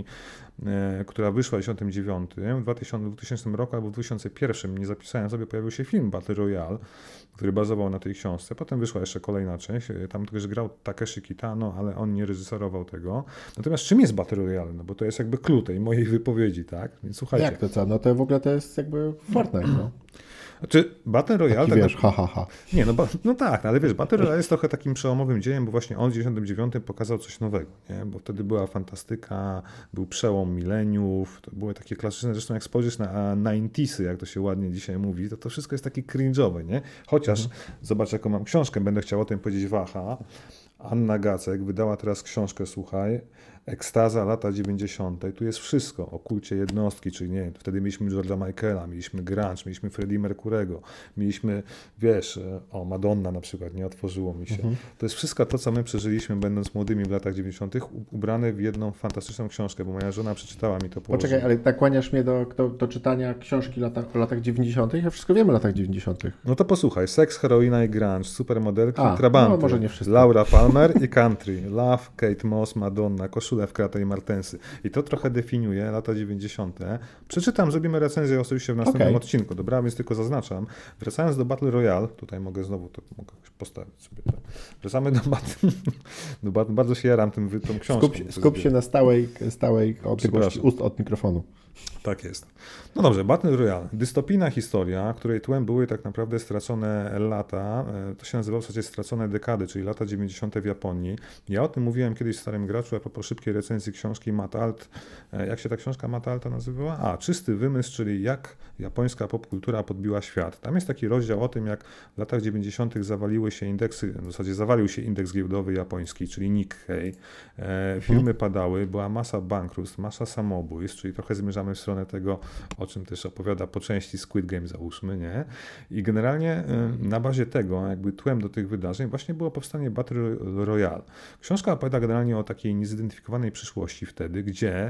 e, która wyszła w tysiąc dziewięćset dziewięćdziesiątym, w dwutysięcznym roku albo w dwa tysiące pierwszym, nie zapisałem sobie, pojawił się film Battle Royale, który bazował na tej książce. Potem wyszła jeszcze kolejna część, tam też grał Takeshi Kitano, ale on nie reżyserował tego. Natomiast czym jest Battle Royale? No bo to jest jakby clue tej mojej wypowiedzi, tak? Więc słuchajcie. Jak to co? No to w ogóle to jest jakby Fortnite, no. Znaczy, Battle Royale... Taki, wiesz, ha, ha, ha. Nie, no, ba... no tak, ale wiesz, Battle Royale jest trochę takim przełomowym dziełem, bo właśnie on w dziewięćdziesiątym dziewiątym pokazał coś nowego, nie? Bo wtedy była fantastyka, był przełom mileniów, to były takie klasyczne, zresztą jak spojrzysz na dziewięćdziesiątych, jak to się ładnie dzisiaj mówi, to to wszystko jest takie cringe'owe, nie? Chociaż, mhm. zobacz jaką mam książkę, będę chciał o tym powiedzieć Waha. Anna Gacek wydała teraz książkę, słuchaj, Ekstaza lata dziewięćdziesiąte. Tu jest wszystko o kulcie jednostki, czyli nie, wtedy mieliśmy George'a Michaela, mieliśmy grunge, mieliśmy Freddie Mercurego, mieliśmy, wiesz, o Madonna na przykład, nie otworzyło mi się. Mhm. To jest wszystko to, co my przeżyliśmy, będąc młodymi w latach dziewięćdziesiątych, ubrane w jedną fantastyczną książkę, bo moja żona przeczytała mi to położyło. Poczekaj, ale nakłaniasz mnie do, do, do czytania książki lata, o latach dziewięćdziesiątych. Ja wszystko wiem o latach dziewięćdziesiątych. No to posłuchaj, Seks, heroina i grunge, supermodelki, A, trabanty, no, może nie wszystko. Laura Palmer i country, Love, Kate Moss, Madonna, koszule w kratę i martensy. I to trochę definiuje lata dziewięćdziesiąte. Przeczytam, zrobimy recenzję oczywiście w następnym okay. odcinku, dobra? Więc tylko zaznaczam. Wracając do Battle Royale, tutaj mogę znowu to mogę postawić sobie. Tak. Wracamy do Battle. do battle. Bardzo się jaram tym, tą książką. Skup, skup się na stałej, stałej odległości ust od mikrofonu. Tak jest. No dobrze, Battle Royale. Dystopijna historia, której tłem były tak naprawdę stracone lata. To się nazywało w zasadzie stracone dekady, czyli lata dziewięćdziesiąte w Japonii. Ja o tym mówiłem kiedyś w Starym Graczu, a propos szybkiej recenzji książki Matt Alt. Jak się ta książka Matt Alta nazywała? A, Czysty wymysł, czyli jak japońska popkultura podbiła świat. Tam jest taki rozdział o tym, jak w latach dziewięćdziesiątych zawaliły się indeksy, w zasadzie zawalił się indeks giełdowy japoński, czyli Nikkei. E, firmy padały, była masa bankructw, masa samobójstw, czyli trochę zmierzamy w stronę tego, o czym też opowiada po części Squid Game, załóżmy, nie? I generalnie y, na bazie tego, jakby tłem do tych wydarzeń właśnie było powstanie Battle Royale. Książka opowiada generalnie o takiej niezidentyfikowanej przyszłości wtedy, gdzie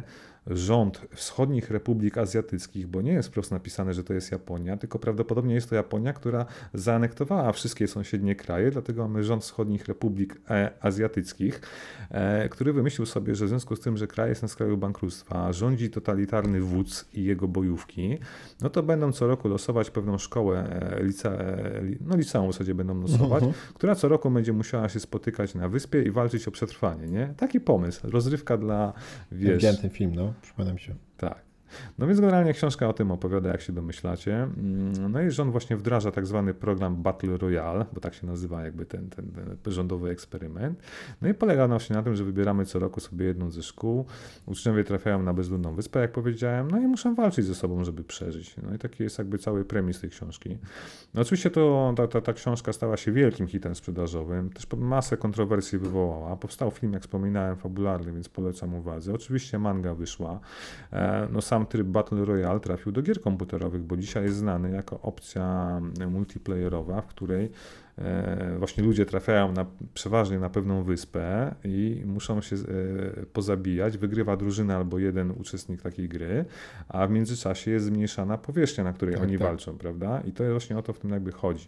rząd wschodnich republik azjatyckich, bo nie jest wprost napisane, że to jest Japonia, tylko prawdopodobnie jest to Japonia, która zaanektowała wszystkie sąsiednie kraje, dlatego mamy rząd wschodnich republik azjatyckich, który wymyślił sobie, że w związku z tym, że kraj jest na skraju bankructwa, rządzi totalitarny wódz i jego bojówki, no to będą co roku losować pewną szkołę, lice, no liceum w zasadzie będą losować, uh-huh. która co roku będzie musiała się spotykać na wyspie i walczyć o przetrwanie, nie? Taki pomysł, rozrywka dla, wiesz... Widziałem ten film, no, przypominam się. Tak. No więc generalnie książka o tym opowiada, jak się domyślacie. No i rząd właśnie wdraża tak zwany program Battle Royale, bo tak się nazywa jakby ten, ten, ten rządowy eksperyment. No i polega właśnie na tym, że wybieramy co roku sobie jedną ze szkół. Uczniowie trafiają na bezludną wyspę, jak powiedziałem, no i muszą walczyć ze sobą, żeby przeżyć. No i taki jest jakby cały premis tej książki. No oczywiście to, ta, ta, ta książka stała się wielkim hitem sprzedażowym, też masę kontrowersji wywołała. Powstał film, jak wspominałem, fabularny, więc polecam uwadze. Oczywiście manga wyszła. No sam tryb Battle Royale trafił do gier komputerowych, bo dzisiaj jest znany jako opcja multiplayerowa, w której e, właśnie ludzie trafiają na, przeważnie na pewną wyspę i muszą się e, pozabijać. Wygrywa drużyna albo jeden uczestnik takiej gry, a w międzyczasie jest zmniejszana powierzchnia, na której tak, oni tak. walczą, prawda? I to właśnie o to w tym jakby chodzi.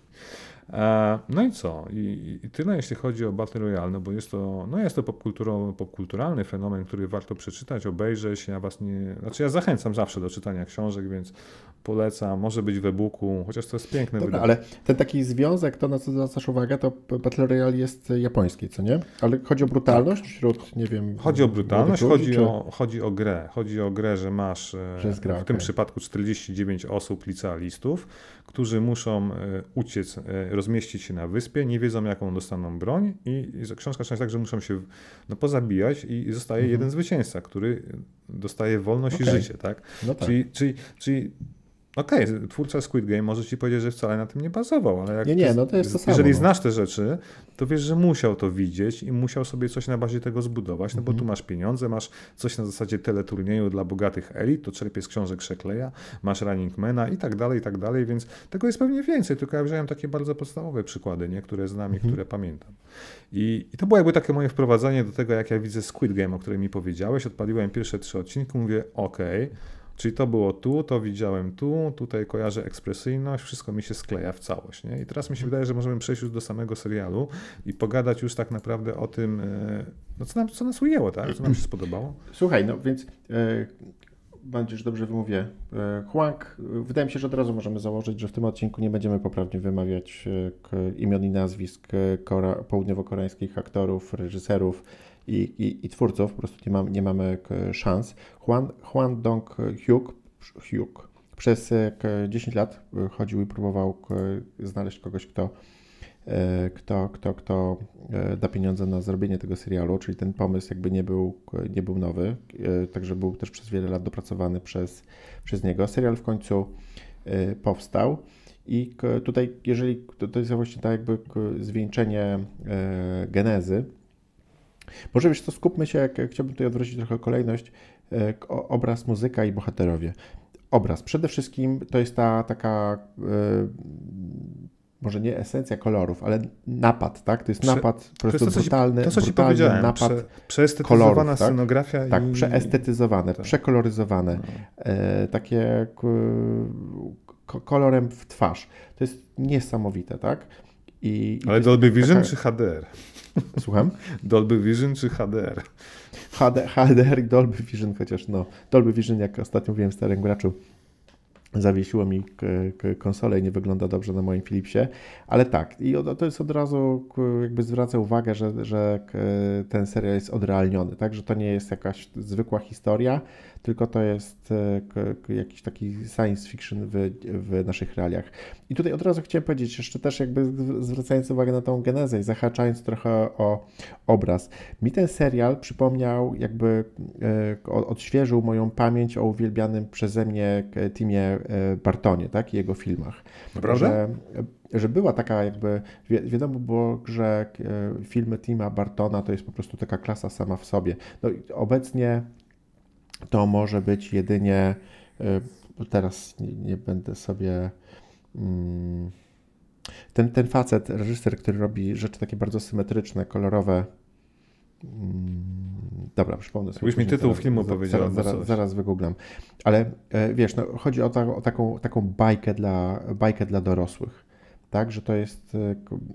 E, no i co? I, I tyle jeśli chodzi o Battle Royale, no bo jest to, no jest to popkulturalny fenomen, który warto przeczytać, obejrzeć. Ja was nie, znaczy ja zachęcam zawsze do czytania książek, więc polecam, może być w e-booku, chociaż to jest piękne Dobra, wydanie. ale ten taki związek, to na co zwracasz uwagę, to Battle Royale jest japoński, co nie? Ale chodzi o brutalność tak. wśród, nie wiem... Chodzi o brutalność, ludzi, chodzi, czy... o, chodzi o grę. Chodzi o grę, że masz że gra, w okay. tym przypadku czterdzieści dziewięć osób licealistów, którzy muszą uciec, rozmieścić się na wyspie, nie wiedzą jaką dostaną broń i książka zaczyna tak, że muszą się no, pozabijać i zostaje mhm. jeden zwycięzca, który dostaje wolność okay. i życie, tak? No tak. Czyli, czyli, czyli okej, okay, twórca Squid Game może ci powiedzieć, że wcale na tym nie bazował, ale jak nie, nie, no to jest to samo, jeżeli no. znasz te rzeczy, to wiesz, że musiał to widzieć i musiał sobie coś na bazie tego zbudować, no bo tu masz pieniądze, masz coś na zasadzie teleturnieju dla bogatych elit, to czerpiesz z książek Sheckleya, masz Running Mana i tak dalej, i tak dalej, więc tego jest pewnie więcej, tylko ja wziąłem takie bardzo podstawowe przykłady, nie, które znam i mhm. które pamiętam. I, I to było jakby takie moje wprowadzenie do tego, jak ja widzę Squid Game, o którym mi powiedziałeś, odpaliłem pierwsze trzy odcinki, mówię, okej, okay, czyli to było tu, to widziałem tu, tutaj kojarzę ekspresyjność, wszystko mi się skleja w całość. Nie? I teraz mi się wydaje, że możemy przejść już do samego serialu i pogadać już tak naprawdę o tym, no co, nam, co nas ujęło, tak? Co nam się spodobało. Słuchaj, no więc e, mam nadzieję, że dobrze wymówię. E, Hwang, wydaje mi się, że od razu możemy założyć, że w tym odcinku nie będziemy poprawnie wymawiać e, imion i nazwisk kora, południowo-koreańskich aktorów, reżyserów, I, i, i twórców, po prostu nie, mam, nie mamy szans. Hwan, Hwan Dong-hyuk Hyuk przez dziesięć lat chodził i próbował znaleźć kogoś, kto, kto, kto, kto da pieniądze na zrobienie tego serialu, czyli ten pomysł jakby nie był, nie był nowy, także był też przez wiele lat dopracowany przez, przez niego. Serial w końcu powstał. I tutaj, jeżeli to jest właśnie tak jakby zwieńczenie genezy, może wiesz co, skupmy się, jak, jak chciałbym tutaj odwrócić trochę kolejność, e, obraz, muzyka i bohaterowie. Obraz. Przede wszystkim to jest ta taka, e, może nie esencja kolorów, ale napad, tak? To jest Prze, napad po prostu to, co brutalny, ci, to, co ci brutalny powiedziałem, napad Prze, przeestetyzowana kolorów, scenografia. Tak, tak i... przeestetyzowane, tak. przekoloryzowane, no. e, takie k- kolorem w twarz. To jest niesamowite, tak? I, ale i Dolby Vision taka... czy H D R? Słucham? Dolby Vision czy H D R? H D, H D R i Dolby Vision, chociaż no, Dolby Vision, jak ostatnio mówiłem w Starym Graczu, zawiesiło mi konsolę i nie wygląda dobrze na moim Philipsie, ale tak, i to jest od razu jakby zwraca uwagę, że, że ten serial jest odrealniony, tak, że to nie jest jakaś zwykła historia, tylko to jest jakiś taki science fiction w, w naszych realiach. I tutaj od razu chciałem powiedzieć, jeszcze też jakby zwracając uwagę na tą genezę i zahaczając trochę o obraz. Mi ten serial przypomniał, jakby odświeżył moją pamięć o uwielbianym przeze mnie Timie Bartonie, tak, i jego filmach. Naprawdę? Że, że była taka jakby, wi- wiadomo było, że filmy Tima Bartona to jest po prostu taka klasa sama w sobie. No i obecnie to może być jedynie, teraz nie, nie będę sobie, ten, ten facet, reżyser, który robi rzeczy takie bardzo symetryczne, kolorowe, Dobra, przypomnę sobie. Jakbyś mi tytuł zaraz, filmu zaraz, powiedział. Zaraz, zaraz, zaraz wygooglam. Ale e, wiesz, no, chodzi o, ta, o taką, taką bajkę, dla, bajkę dla dorosłych. Tak, że to jest... E,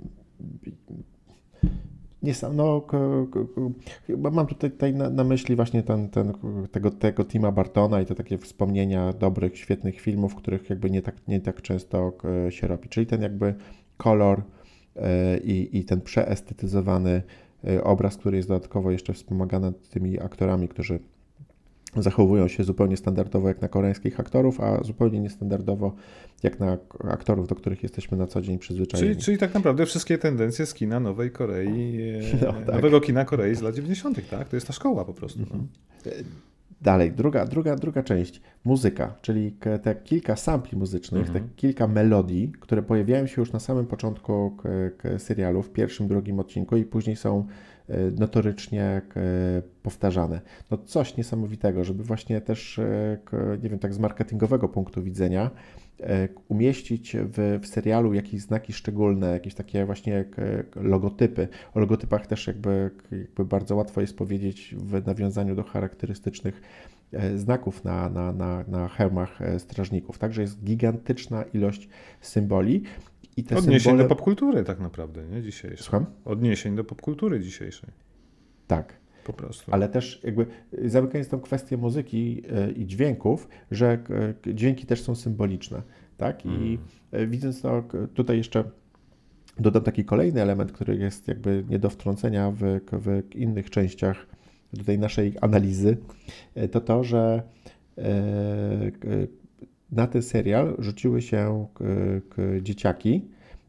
nie sam, no, k, k, k, mam tutaj, tutaj na, na myśli właśnie ten, ten, tego, tego Tima Burtona i te takie wspomnienia dobrych, świetnych filmów, których jakby nie tak, nie tak często się robi. Czyli ten jakby kolor i, i ten przeestetyzowany obraz, który jest dodatkowo jeszcze wspomagany tymi aktorami, którzy zachowują się zupełnie standardowo jak na koreańskich aktorów, a zupełnie niestandardowo jak na aktorów, do których jesteśmy na co dzień przyzwyczajeni. Czyli, czyli tak naprawdę wszystkie tendencje z kina Nowej Korei, no, tak. nowego kina Korei z lat dziewięćdziesiątych, tak? To jest ta szkoła po prostu. Mhm. No. Dalej, druga, druga, druga część, muzyka, czyli te kilka sampli muzycznych, mhm. te kilka melodii, które pojawiają się już na samym początku serialu, w pierwszym, drugim odcinku i później są notorycznie powtarzane. No coś niesamowitego, żeby właśnie też, nie wiem, tak z marketingowego punktu widzenia umieścić w, w serialu jakieś znaki szczególne, jakieś takie właśnie logotypy. O logotypach też jakby, jakby bardzo łatwo jest powiedzieć w nawiązaniu do charakterystycznych znaków na, na, na, na hełmach strażników. Także jest gigantyczna ilość symboli. I te Odniesień symbole... do popkultury tak naprawdę, nie? Dzisiejszej. Słucham? Odniesień do popkultury dzisiejszej. Tak. Po prostu. Ale też jakby zamykając tą kwestię muzyki i dźwięków, że dźwięki też są symboliczne, tak? I hmm. widząc to, tutaj jeszcze dodam taki kolejny element, który jest jakby nie do wtrącenia w, w innych częściach tutaj naszej analizy, to to, że na ten serial rzuciły się k, k, dzieciaki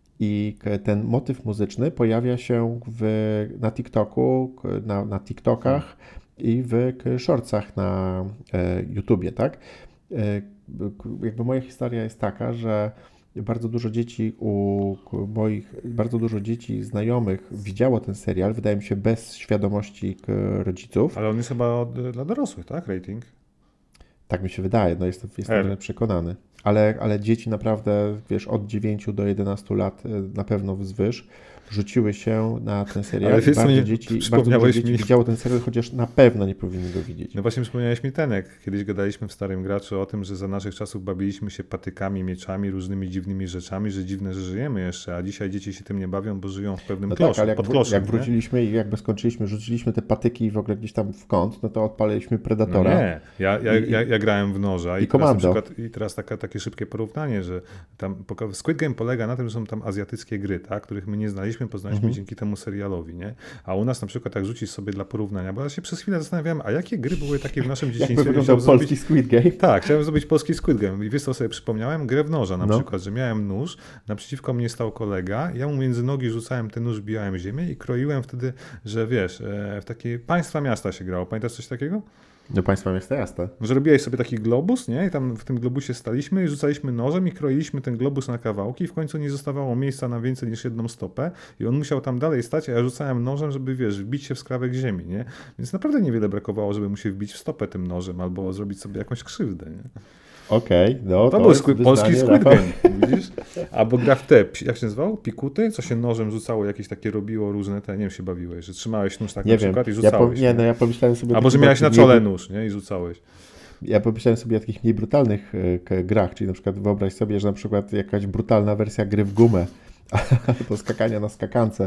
i ten motyw muzyczny pojawia się w, na TikToku, na, na TikTokach hmm. i w shortsach na e, YouTubie, tak? E, jakby moja historia jest taka, że bardzo dużo dzieci u moich, bardzo dużo dzieci znajomych widziało ten serial, wydaje mi się bez świadomości rodziców. Ale on jest chyba od, dla dorosłych, tak? Rating? Tak mi się wydaje, no jestem, jestem przekonany. Ale, ale dzieci naprawdę, wiesz, od dziewięciu do jedenastu lat na pewno wzwyż rzuciły się na ten serial. Ale wiesz, bardzo mnie, dzieci, bardzo dużo dzieci mi... widziało ten serial, chociaż na pewno nie powinny go widzieć. No właśnie przypomniałeś mi ten, jak kiedyś gadaliśmy w Starym Graczu o tym, że za naszych czasów bawiliśmy się patykami, mieczami, różnymi dziwnymi rzeczami, że dziwne, że żyjemy jeszcze, a dzisiaj dzieci się tym nie bawią, bo żyją w pewnym no kloszu, tak, ale jak, pod kloszem, jak wróciliśmy i jakby skończyliśmy, rzuciliśmy te patyki w ogóle gdzieś tam w kąt, no to odpaliliśmy Predatora. No nie, ja, ja, i, ja, ja grałem w noża i, i teraz, na Komando. przykład, i teraz taka, takie szybkie porównanie, że tam Squid Game polega na tym, że są tam azjatyckie gry, tak, których my nie znaliśmy, poznaliśmy mhm. dzięki temu serialowi, nie? A u nas na przykład tak rzucić sobie dla porównania, bo ja się przez chwilę zastanawiałem, a jakie gry były takie w naszym dzieciństwie? Jak wyglądał polski zrobić... Squid Game? Tak, chciałem zrobić polski Squid Game i wiesz co sobie przypomniałem? Grę w noża na no. przykład, że miałem nóż, naprzeciwko mnie stał kolega, ja mu między nogi rzucałem ten nóż, bijałem ziemię i kroiłem wtedy, że wiesz, w takie państwa miasta się grało. Pamiętasz coś takiego? Do państwa miasta jasne. Że robiłeś sobie taki globus, nie? I tam w tym globusie staliśmy i rzucaliśmy nożem i kroiliśmy ten globus na kawałki i w końcu nie zostawało miejsca na więcej niż jedną stopę i on musiał tam dalej stać, a ja rzucałem nożem, żeby, wiesz, wbić się w skrawek ziemi, nie? Więc naprawdę niewiele brakowało, żeby mu się wbić w stopę tym nożem albo zrobić sobie jakąś krzywdę, nie? Okej, okay, no to, to był squid, polski Squid Game, widzisz? Albo gra w te, jak się nazywał? Pikuty? Co się nożem rzucało, jakieś takie robiło różne te, nie wiem, się bawiłeś, że trzymałeś nóż tak nie na wiem. przykład i rzucałeś. Ja po, nie, no ja pomyślałem sobie... Albo, że miałeś na czole nóż, nie? I rzucałeś. Ja pomyślałem sobie o takich mniej brutalnych e, grach, czyli na przykład wyobraź sobie, że na przykład jakaś brutalna wersja gry w gumę, albo skakania na skakance,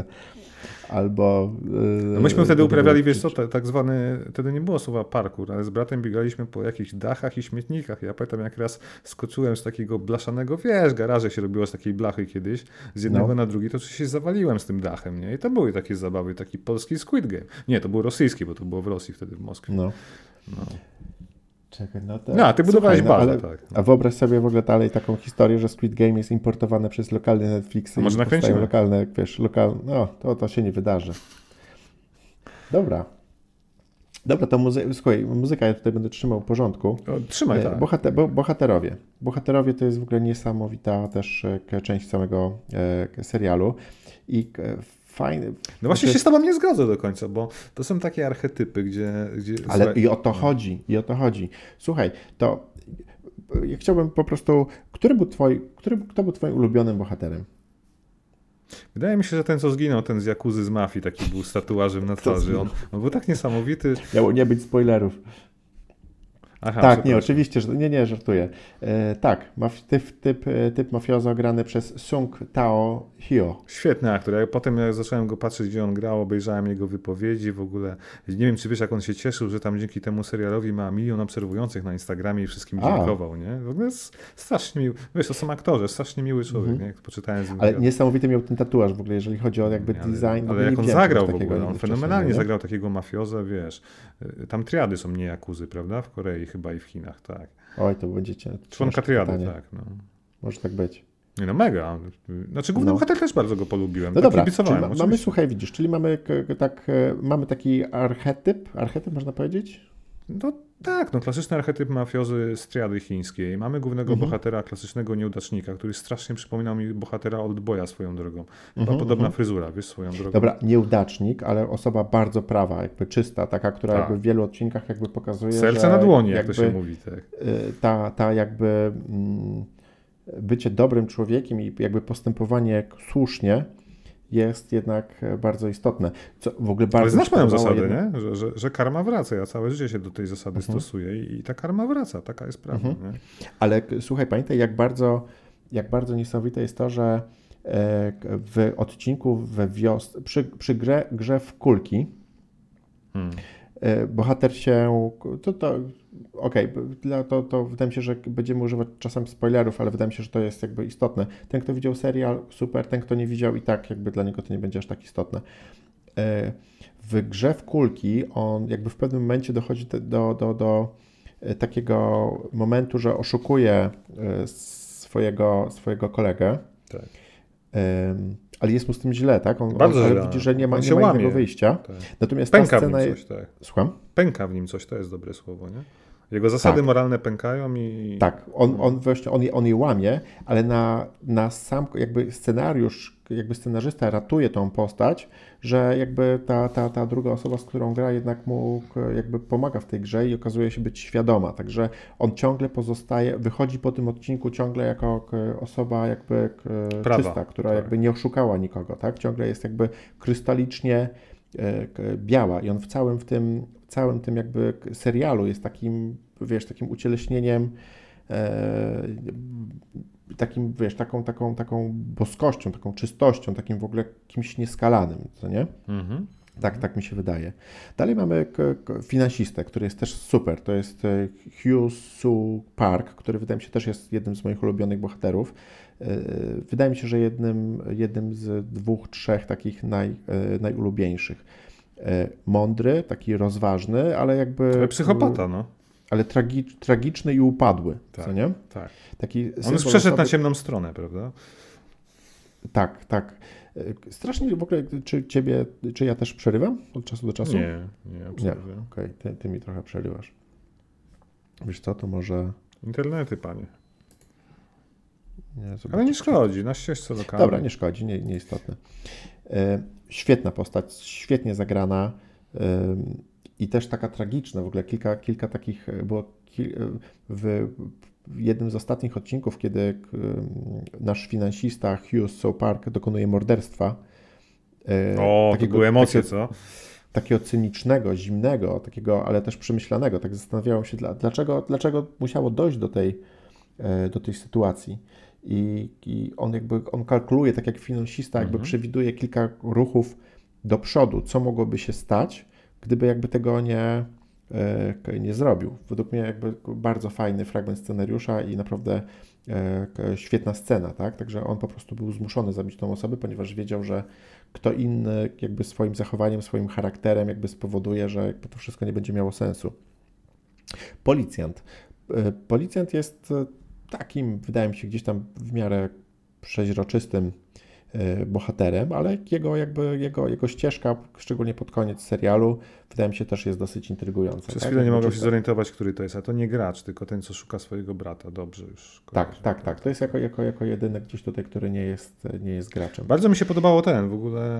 albo... E, no myśmy wtedy uprawiali, wiesz co, tak, tak zwany, wtedy nie było słowa parkour, ale z bratem biegaliśmy po jakichś dachach i śmietnikach. Ja pamiętam, jak raz skoczyłem z takiego blaszanego, wiesz, garaże się robiło z takiej blachy kiedyś, z jednego no. na drugi, to się zawaliłem z tym dachem, nie? I to były takie zabawy, taki polski Squid Game. Nie, to był rosyjski, bo to było w Rosji wtedy, w Moskwie. No. no. Czekaj, no to... No, ty budowałeś Słuchaj, bazę, no, ale, tak. A wyobraź sobie w ogóle dalej taką historię, że Squid Game jest importowane przez lokalne Netflixy. A może nakręcimy? Lokalne, wiesz, lokal... No, to, to się nie wydarzy. Dobra. Dobra, to muzy... Słuchaj, muzyka, ja tutaj będę trzymał w porządku. O, trzymaj, tak. Bohater... Bo, bohaterowie. Bohaterowie to jest w ogóle niesamowita też część całego e, serialu. I e, fajny... No właśnie się z tobą nie zgodzę do końca, bo to są takie archetypy, gdzie... gdzie... Ale Słuchaj... i o to chodzi, i o to chodzi. Słuchaj, to ja chciałbym po prostu... Który był twoi... Który... Kto był twoim ulubionym bohaterem? Wydaje mi się, że ten, co zginął, ten z Jakuzy z Mafii, taki był z tatuażem na twarzy. On, on był tak niesamowity. Miało nie być spoilerów. Aha, tak, nie, oczywiście, że nie, nie, żartuję. E, tak, maf- typ, typ, typ mafiozo grany przez Sung Tao Hyo. Świetny aktor. Ja potem jak zacząłem go patrzeć, gdzie on grał, obejrzałem jego wypowiedzi w ogóle. Nie wiem, czy wiesz, jak on się cieszył, że tam dzięki temu serialowi ma milion obserwujących na Instagramie i wszystkim A. dziękował, nie? W ogóle jest strasznie miły. Wiesz, to są aktorzy, strasznie miły człowiek, Mhm. nie? Jak poczytałem z nim Ale wywiad. niesamowity miał ten tatuaż w ogóle, jeżeli chodzi o jakby Ale- design. Ale nie jak on widziałem zagrał w czegoś takiego ogóle, on nigdy fenomenalnie wcześniej, nie? zagrał takiego mafiozę, wiesz. y, Tam triady są nie Jakuzy, prawda? W Korei chyba i w Chinach, tak. Oj, to będziecie. Członka ciężkie triady, pytanie. tak. No. Może tak być. Nie no, mega. Znaczy główny No. bohater też bardzo go polubiłem. No tak dobra, czyli kibicowałem, ma, mamy, oczywiście. słuchaj, widzisz, czyli mamy, k- k- tak, e, mamy taki archetyp, archetyp można powiedzieć? No tak, no klasyczny archetyp mafiozy z triady chińskiej. Mamy głównego Mhm. bohatera, klasycznego nieudacznika, który strasznie przypominał mi bohatera Oldboya swoją drogą. Chyba Mhm, podobna mhm. fryzura, wiesz, swoją drogą. Dobra, nieudacznik, ale osoba bardzo prawa, jakby czysta, taka, która Tak. jakby w wielu odcinkach jakby pokazuje, Serce że na dłoni, jak jakby, to się mówi. Tak. y, Ta, ta jakby mm, bycie dobrym człowiekiem i jakby postępowanie słusznie jest jednak bardzo istotne. Co w ogóle bardzo Ale znasz moją podobało zasadę, jedno- nie? Że, że, że karma wraca. Ja całe życie się do tej zasady Mhm. stosuję i, i ta karma wraca. Taka jest prawda. Mhm. Nie? Ale k- słuchaj, pamiętaj, jak bardzo, jak bardzo niesamowite jest to, że e, k- w odcinku we wios... przy, przy grze, grze w kulki Hmm. e, bohater się, to, to okej, b- dla- to, to wydaje mi się, że będziemy używać czasem spoilerów, ale wydaje mi się, że to jest jakby istotne. Ten, kto widział serial, super, ten, kto nie widział i tak jakby dla niego to nie będzie aż tak istotne. E, W grze w kulki on jakby w pewnym momencie dochodzi do, do, do, do e, takiego momentu, że oszukuje e, swojego, swojego kolegę, Tak. em, ale jest mu z tym źle, tak? On, Bardzo on, ale źle. widzi, że nie ma, On nie się ma łamie. innego wyjścia. Tak. Natomiast ta Pęka w nim scena coś, jest... tak. Słucham? Pęka w nim coś, to jest dobre słowo, nie? Jego zasady Tak. moralne pękają i... Tak, on, on właśnie, on, je- on je łamie, ale na, na sam jakby scenariusz, jakby scenarzysta ratuje tą postać, że jakby ta, ta, ta druga osoba, z którą gra, jednak mu k- jakby pomaga w tej grze i okazuje się być świadoma, także on ciągle pozostaje, wychodzi po tym odcinku ciągle jako k- osoba jakby k- Prawa, czysta, która tak. jakby nie oszukała nikogo, tak, ciągle jest jakby krystalicznie e, k- biała i on w całym w tym, całym tym jakby k- serialu jest takim, wiesz, takim ucieleśnieniem e, takim, wiesz, taką, taką, taką boskością, taką czystością, takim w ogóle kimś nieskalanym, co nie? Mhm. Tak, tak mi się wydaje. Dalej mamy k- k- finansistę, który jest też super. To jest e, Hugh Soo Park, który wydaje mi się też jest jednym z moich ulubionych bohaterów. E, Wydaje mi się, że jednym, jednym z dwóch, trzech takich naj, e, najulubieńszych. E, Mądry, taki rozważny, ale jakby... Ale psychopata, no. Ale tragi, tragiczny i upadły, Tak. co nie? Tak. Taki On już symbol przeszedł osoby- na ciemną stronę, prawda? Tak, tak. E, Strasznie w ogóle, czy ciebie, czy ja też przerywam od czasu do czasu? Nie, nie, Nie, absolutnie. okej, ty, ty mi trochę przerywasz. Wiesz co, to może... Internety, panie. Nie, Ale zobaczę. nie szkodzi, na ścieżce lokalnej. Dobra, nie szkodzi, nie, nieistotne. E, Świetna postać, świetnie zagrana e, i też taka tragiczna. W ogóle kilka, kilka takich e, było kil, e, w, w jednym z ostatnich odcinków, kiedy e, nasz finansista Hugh Soo Park dokonuje morderstwa. e, O, to takiego- były emocje, takiego- co? takiego cynicznego, zimnego, takiego, ale też przemyślanego. Tak zastanawiałem się, dla- dlaczego, dlaczego musiało dojść do tej, e, do tej sytuacji. I, I on jakby, on kalkuluje, tak jak finansista, jakby Mhm. przewiduje kilka ruchów do przodu, co mogłoby się stać, gdyby jakby tego nie, e, k- nie zrobił. Według mnie jakby bardzo fajny fragment scenariusza i naprawdę e, k- świetna scena, tak? Także on po prostu był zmuszony zabić tą osobę, ponieważ wiedział, że kto inny jakby swoim zachowaniem, swoim charakterem jakby spowoduje, że jakby to wszystko nie będzie miało sensu. Policjant. E, Policjant jest e, takim, wydaje mi się, gdzieś tam w miarę przeźroczystym e, bohaterem, ale jego jakby, jego, jego ścieżka, szczególnie pod koniec serialu, wydaje mi się też jest dosyć intrygująca. Przez tak? chwilę nie Jakby mogłem się czysto- zorientować, który to jest, a to nie gracz, tylko ten, co szuka swojego brata. Dobrze już. Tak, kojarzę. tak, tak. To jest jako, jako, jako jedyny gdzieś tutaj, który nie jest, nie jest graczem. Bardzo mi się podobało ten, w ogóle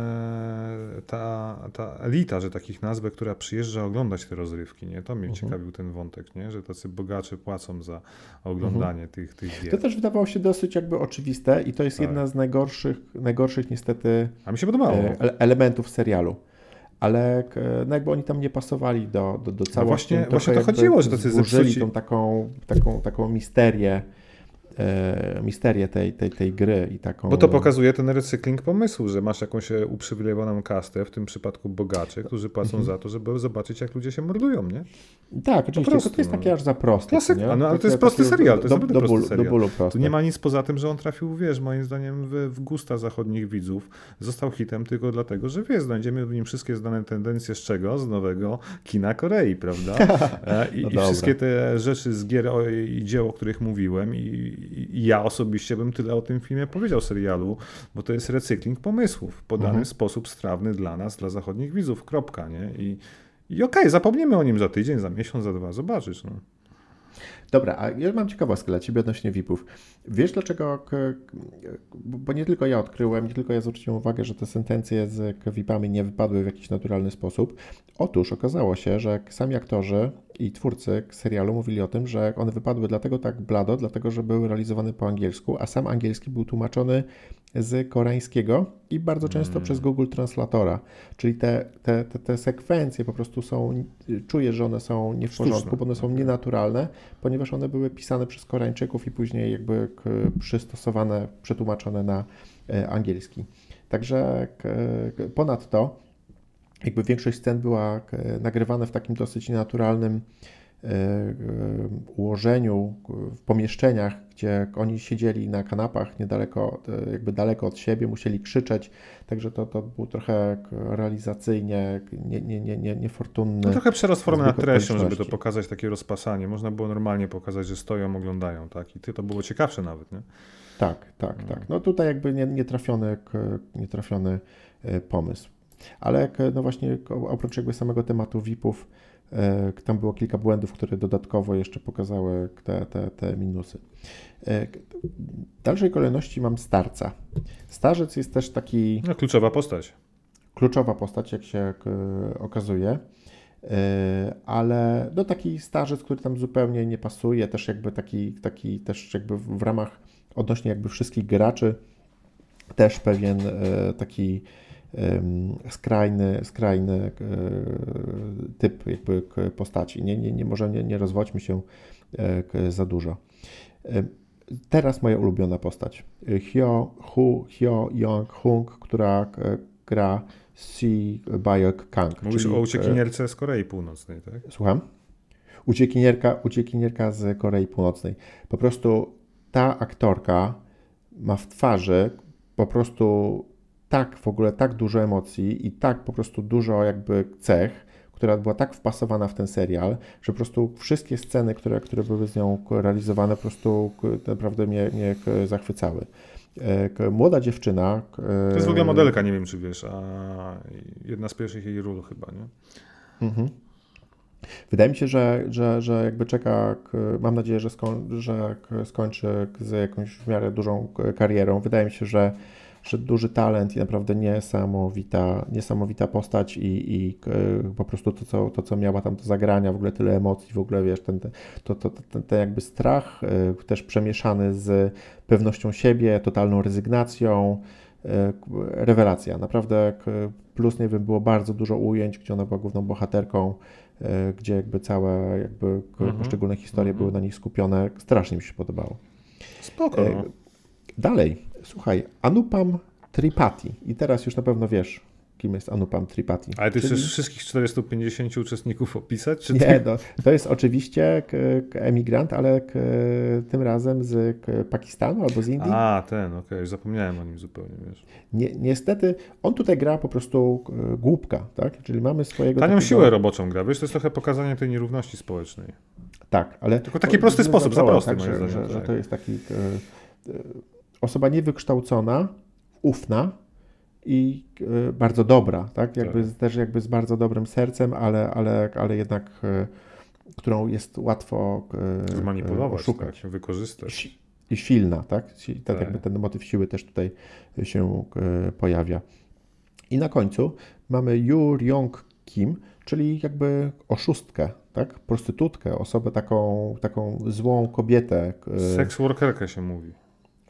ta, ta elita, że takich nazwę, która przyjeżdża oglądać te rozrywki, nie? To mnie Mhm. ciekawił ten wątek, nie? Że tacy bogacze płacą za oglądanie tych, tych gier. To też wydawało się dosyć jakby oczywiste i to jest Tak. jedna z najgorszych, najgorszych niestety A mi się podobało. e, elementów serialu. Ale no jakby oni tam nie pasowali do, do, do całości. No właśnie, Trochę właśnie to chodziło, że tacy zburzyli zepsuci. tą taką, taką, taką misterię, e, misterię tej, tej, tej gry i taką... Bo to pokazuje ten recykling pomysłu, że masz jakąś uprzywilejowaną kastę, w tym przypadku bogaczy, którzy płacą za to, żeby zobaczyć, jak ludzie się mordują, nie? Tak, oczywiście, prostu, to jest no. takie aż za proste. Klasyk, nie? no, ale Takie- to jest prosty takie serial, to jest do, naprawdę do, prosty bólu, serial. do bólu prosty. Tu nie ma nic poza tym, że on trafił, wiesz, moim zdaniem w, w gusta zachodnich widzów. Został hitem tylko dlatego, że wiesz, znajdziemy w nim wszystkie znane tendencje z czego? Z nowego kina Korei, prawda? E, I, No i dobra. wszystkie te rzeczy z gier o- i dzieł, o których mówiłem i, i, i ja osobiście bym tyle o tym filmie powiedział, serialu, bo to jest recykling pomysłów w podany Mhm. sposób strawny dla nas, dla zachodnich widzów, kropka, nie? I, i okej, zapomniemy o nim za tydzień, za miesiąc, za dwa, zobaczysz, no. Dobra, a ja mam ciekawostkę dla Ciebie odnośnie V I P-ów. Wiesz dlaczego, k- k- bo nie tylko ja odkryłem, nie tylko ja zwróciłem uwagę, że te sentencje z V I P-ami nie wypadły w jakiś naturalny sposób. Otóż okazało się, że sami aktorzy i twórcy serialu mówili o tym, że one wypadły dlatego tak blado, dlatego że były realizowane po angielsku, a sam angielski był tłumaczony z koreańskiego i bardzo często Mm. przez Google Translatora. Czyli te, te, te, te sekwencje po prostu są, czuję, że one są nie w Sztuczne, porządku, bo one są okej. nienaturalne, ponieważ one były pisane przez Koreańczyków i później jakby k- przystosowane, przetłumaczone na e, angielski. Także k- k- ponadto jakby większość scen była k- nagrywana w takim dosyć nienaturalnym e, e, ułożeniu, k- w pomieszczeniach, gdzie oni siedzieli na kanapach niedaleko, e, jakby daleko od siebie, musieli krzyczeć, także to, to był trochę k- realizacyjnie k- nie, nie, nie, nie, niefortunny. No trochę przerost formy nad zbieg treścią, żeby to okoliczności. pokazać pokazać takie rozpasanie. Można było normalnie pokazać, że stoją, oglądają, tak? I ty to było ciekawsze nawet, nie? Tak, tak, tak. No tutaj jakby nie- nietrafiony, k- nietrafiony e, pomysł. Jak, no właśnie k- oprócz jakby samego tematu V I P-ów, e, tam było kilka błędów, które dodatkowo jeszcze pokazały te, te, te minusy. E, k- W dalszej kolejności mam starca. Starzec jest też taki No kluczowa postać. kluczowa postać, jak się k- okazuje, e, ale no taki starzec, który tam zupełnie nie pasuje, też jakby taki, taki też jakby w w ramach odnośnie jakby wszystkich graczy, też pewien e, taki em, skrajny, skrajny e, typ jakby k- postaci. Nie, nie, nie, może nie, nie rozwodźmy się e, k- za dużo. E, Teraz moja ulubiona postać. Hyo, Hu, Hyo Young-hung, która e, gra Si Bayok-kang. Mówisz czyli, o e, uciekinierce z Korei Północnej, tak? Słucham? Uciekinierka, uciekinierka z Korei Północnej. Po prostu ta aktorka ma w twarzy po prostu tak w ogóle tak dużo emocji i tak po prostu dużo jakby cech, która była tak wpasowana w ten serial, że po prostu wszystkie sceny, które, które były z nią realizowane, po prostu naprawdę mnie, mnie zachwycały. E, k- Młoda dziewczyna. k- To jest w ogóle modelka, nie wiem czy wiesz, a jedna z pierwszych jej ról chyba, nie? Mhm. Wydaje mi się, że, że, że jakby czeka, k- mam nadzieję, że, skoń, że k- skończy z jakąś w miarę dużą k- karierą. Wydaje mi się, że, że duży talent i naprawdę niesamowita, niesamowita postać i, i k- po prostu to co, to, co miała tam do zagrania, w ogóle tyle emocji, w ogóle wiesz, ten, ten, to, to, ten, ten jakby strach, y, też przemieszany z pewnością siebie, totalną rezygnacją, y, k- rewelacja. Naprawdę k- plus, nie wiem, było bardzo dużo ujęć, gdzie ona była główną bohaterką, e, gdzie jakby całe jakby k- Mhm. poszczególne historie Mhm. były na nich skupione. Strasznie mi się podobało. Spoko. E, No. Dalej, słuchaj, Anupam Tripathi. I teraz już na pewno wiesz, kim jest Anupam Tripathi. Ale ty Czyli- chcesz wszystkich czterystu pięćdziesięciu uczestników opisać? Czy Nie, ty... no, to jest oczywiście k, k, emigrant, ale k, tym razem z k, Pakistanu albo z Indii. A, ten, okej, już zapomniałem o nim zupełnie, wiesz. Nie, niestety, on tutaj gra po prostu k, głupka, tak? Czyli mamy swojego Tanią takiego- siłę roboczą gra, wiesz, to jest trochę pokazanie tej nierówności społecznej. Tak, ale... Tylko taki prosty to- sposób, za to- prosty tak, moim że, zdaniem, że, że tak. to jest taki... E, e, osoba niewykształcona, ufna i e, bardzo dobra, tak? Jakby Tak. z- też jakby z bardzo dobrym sercem, ale, ale, ale jednak e, którą jest łatwo e, Zmanipulować, oszukać. tak, wykorzystać. Si- I silna, tak? Si- tak, Tak. jakby ten motyw siły też tutaj się e, pojawia. I na końcu mamy Yoo Ryong Kim, czyli jakby oszustkę, tak? Prostytutkę, osobę taką, taką złą kobietę. e, Seks workerkę się mówi.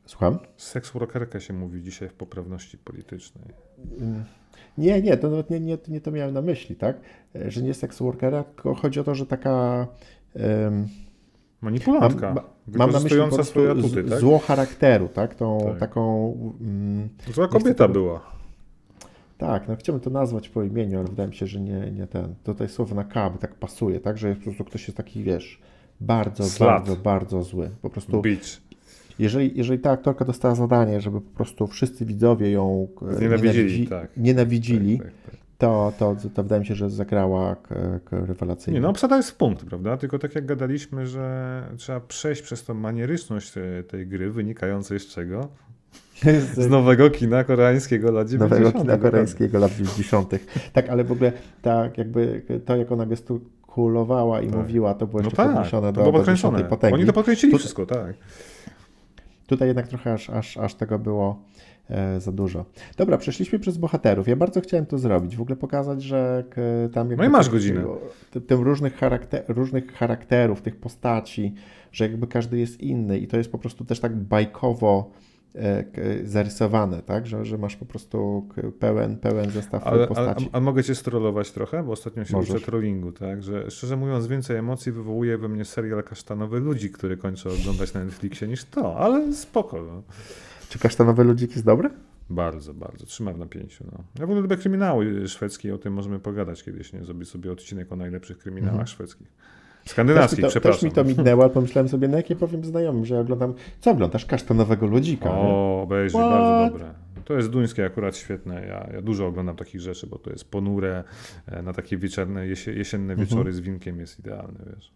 Słucham? Seks workerka się mówi dzisiaj w poprawności politycznej. Nie, nie, to nawet nie, nie, nie to miałem na myśli, tak? Że nie seks workera, tylko chodzi o to, że taka... Um, Manipulantka. Mam, mam na myśli po prostu swoje atuty, z, tak? zło charakteru, tak? Tą tak. taką... Um, Zła kobieta była. Tak, no chciałbym to nazwać po imieniu, ale wydaje mi się, że nie, nie ten. Tutaj słowo na K by tak pasuje, tak? Że po prostu ktoś jest taki, wiesz, bardzo, Slut. bardzo, bardzo zły. Po prostu... Bitch. Jeżeli, jeżeli ta aktorka dostała zadanie, żeby po prostu wszyscy widzowie ją nienawidzili, nienawidzi, tak. nienawidzili tak, tak, tak. To, to, to wydaje mi się, że zagrała k, k rewelacyjnie. Nie, no obsada jest w punkt, prawda? Tylko tak jak gadaliśmy, że trzeba przejść przez tą manieryczność tej, tej gry, wynikającej z czego? Z nowego kina koreańskiego lat dziewięćdziesiątych. Nowego kina koreańskiego lat dziewięćdziesiątych. Tak, ale w ogóle tak jakby to, jak ona gestykulowała i tak. mówiła, to było jeszcze no tak, podniesione do, do dziesiątej potęgi. Oni to podkręcili tu, wszystko, tak. Tutaj jednak trochę aż, aż, aż tego było e, za dużo. Dobra, przeszliśmy przez bohaterów. Ja bardzo chciałem to zrobić. W ogóle pokazać, że k, tam... No i masz godzinę. Tym, tym różnych, charakter, różnych charakterów, tych postaci, że jakby każdy jest inny i to jest po prostu też tak bajkowo e, k, zarysowane, tak? Że, że masz po prostu k, pełen, pełen zestaw ale, postaci. A, a mogę cię strollować trochę? Bo ostatnio się Możesz. uczę trollingu, tak? Że szczerze mówiąc więcej emocji wywołuje we mnie serial Kasztanowe Ludzi, który kończę oglądać na Netflixie niż to, ale spoko. No. Czy Kasztanowe Ludzik jest dobre? Bardzo, bardzo. Trzymam w napięciu. No. Ja w ogóle lubię kryminały szwedzkie, o tym możemy pogadać kiedyś, nie? Zrobić sobie odcinek o najlepszych kryminałach mhm. szwedzkich. Skandynawskich, też to, przepraszam. Też mi to minęło, ale pomyślałem sobie, na jakie powiem znajomym, że ja oglądam... Co oglądasz? Kasztanowego Ludzika. O, obejrzyj, bardzo dobre. To jest duńskie akurat świetne. Ja, ja dużo oglądam takich rzeczy, bo to jest ponure, na takie wieczorne, jesie, jesienne wieczory mhm. z winkiem jest idealne, wiesz.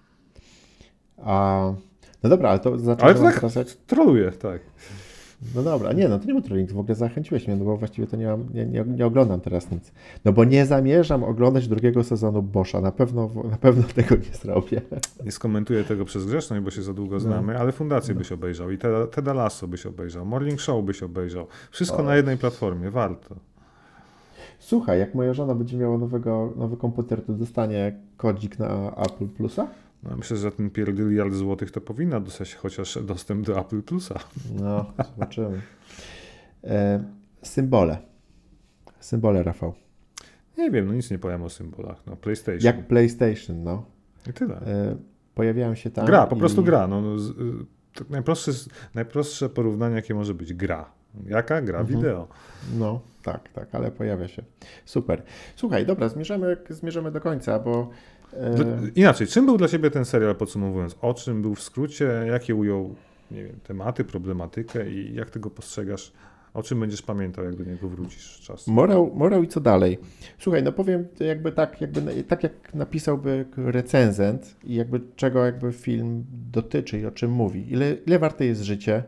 A... No dobra, ale to zaczynam Ale to tak teraz jak... troluję, tak. No dobra, nie, no to nie był trolling, w ogóle zachęciłeś mnie, no bo właściwie to nie, mam, nie, nie, nie oglądam teraz nic. No bo nie zamierzam oglądać drugiego sezonu Boscha, na pewno, na pewno tego nie zrobię. Nie skomentuję tego przez grzeczność, bo się za długo znamy, no. ale Fundację no. byś obejrzał i Teda, Teda Lasso byś obejrzał, Morning Show byś obejrzał. Wszystko o. na jednej platformie, warto. Słuchaj, jak moja żona będzie miała nowego, nowy komputer, to dostanie kodzik na Apple Plusa? No, myślę, że za ten pierdyliard złotych to powinna dostać chociaż dostęp do Apple Plusa. No, zobaczymy. E, symbole. Symbole, Rafał. Nie wiem, no nic nie powiem o symbolach. No, PlayStation. Jak PlayStation, no. I tyle. E, pojawiają się tam. Gra, po i... prostu gra. No, no, z, tak najprostsze, najprostsze porównanie, jakie może być gra. Jaka? Gra mhm. wideo. No, tak, tak, ale pojawia się. Super. Słuchaj, dobra, zmierzamy, zmierzamy do końca, bo inaczej, czym był dla Ciebie ten serial, podsumowując? O czym był w skrócie? Jakie ujął, nie wiem, tematy, problematykę i jak Ty go postrzegasz? O czym będziesz pamiętał, jak do niego wrócisz czas? Morał, morał i co dalej? Słuchaj, no powiem jakby tak, jakby, tak jak napisałby recenzent i jakby czego jakby film dotyczy i o czym mówi. Ile, ile warte jest życie?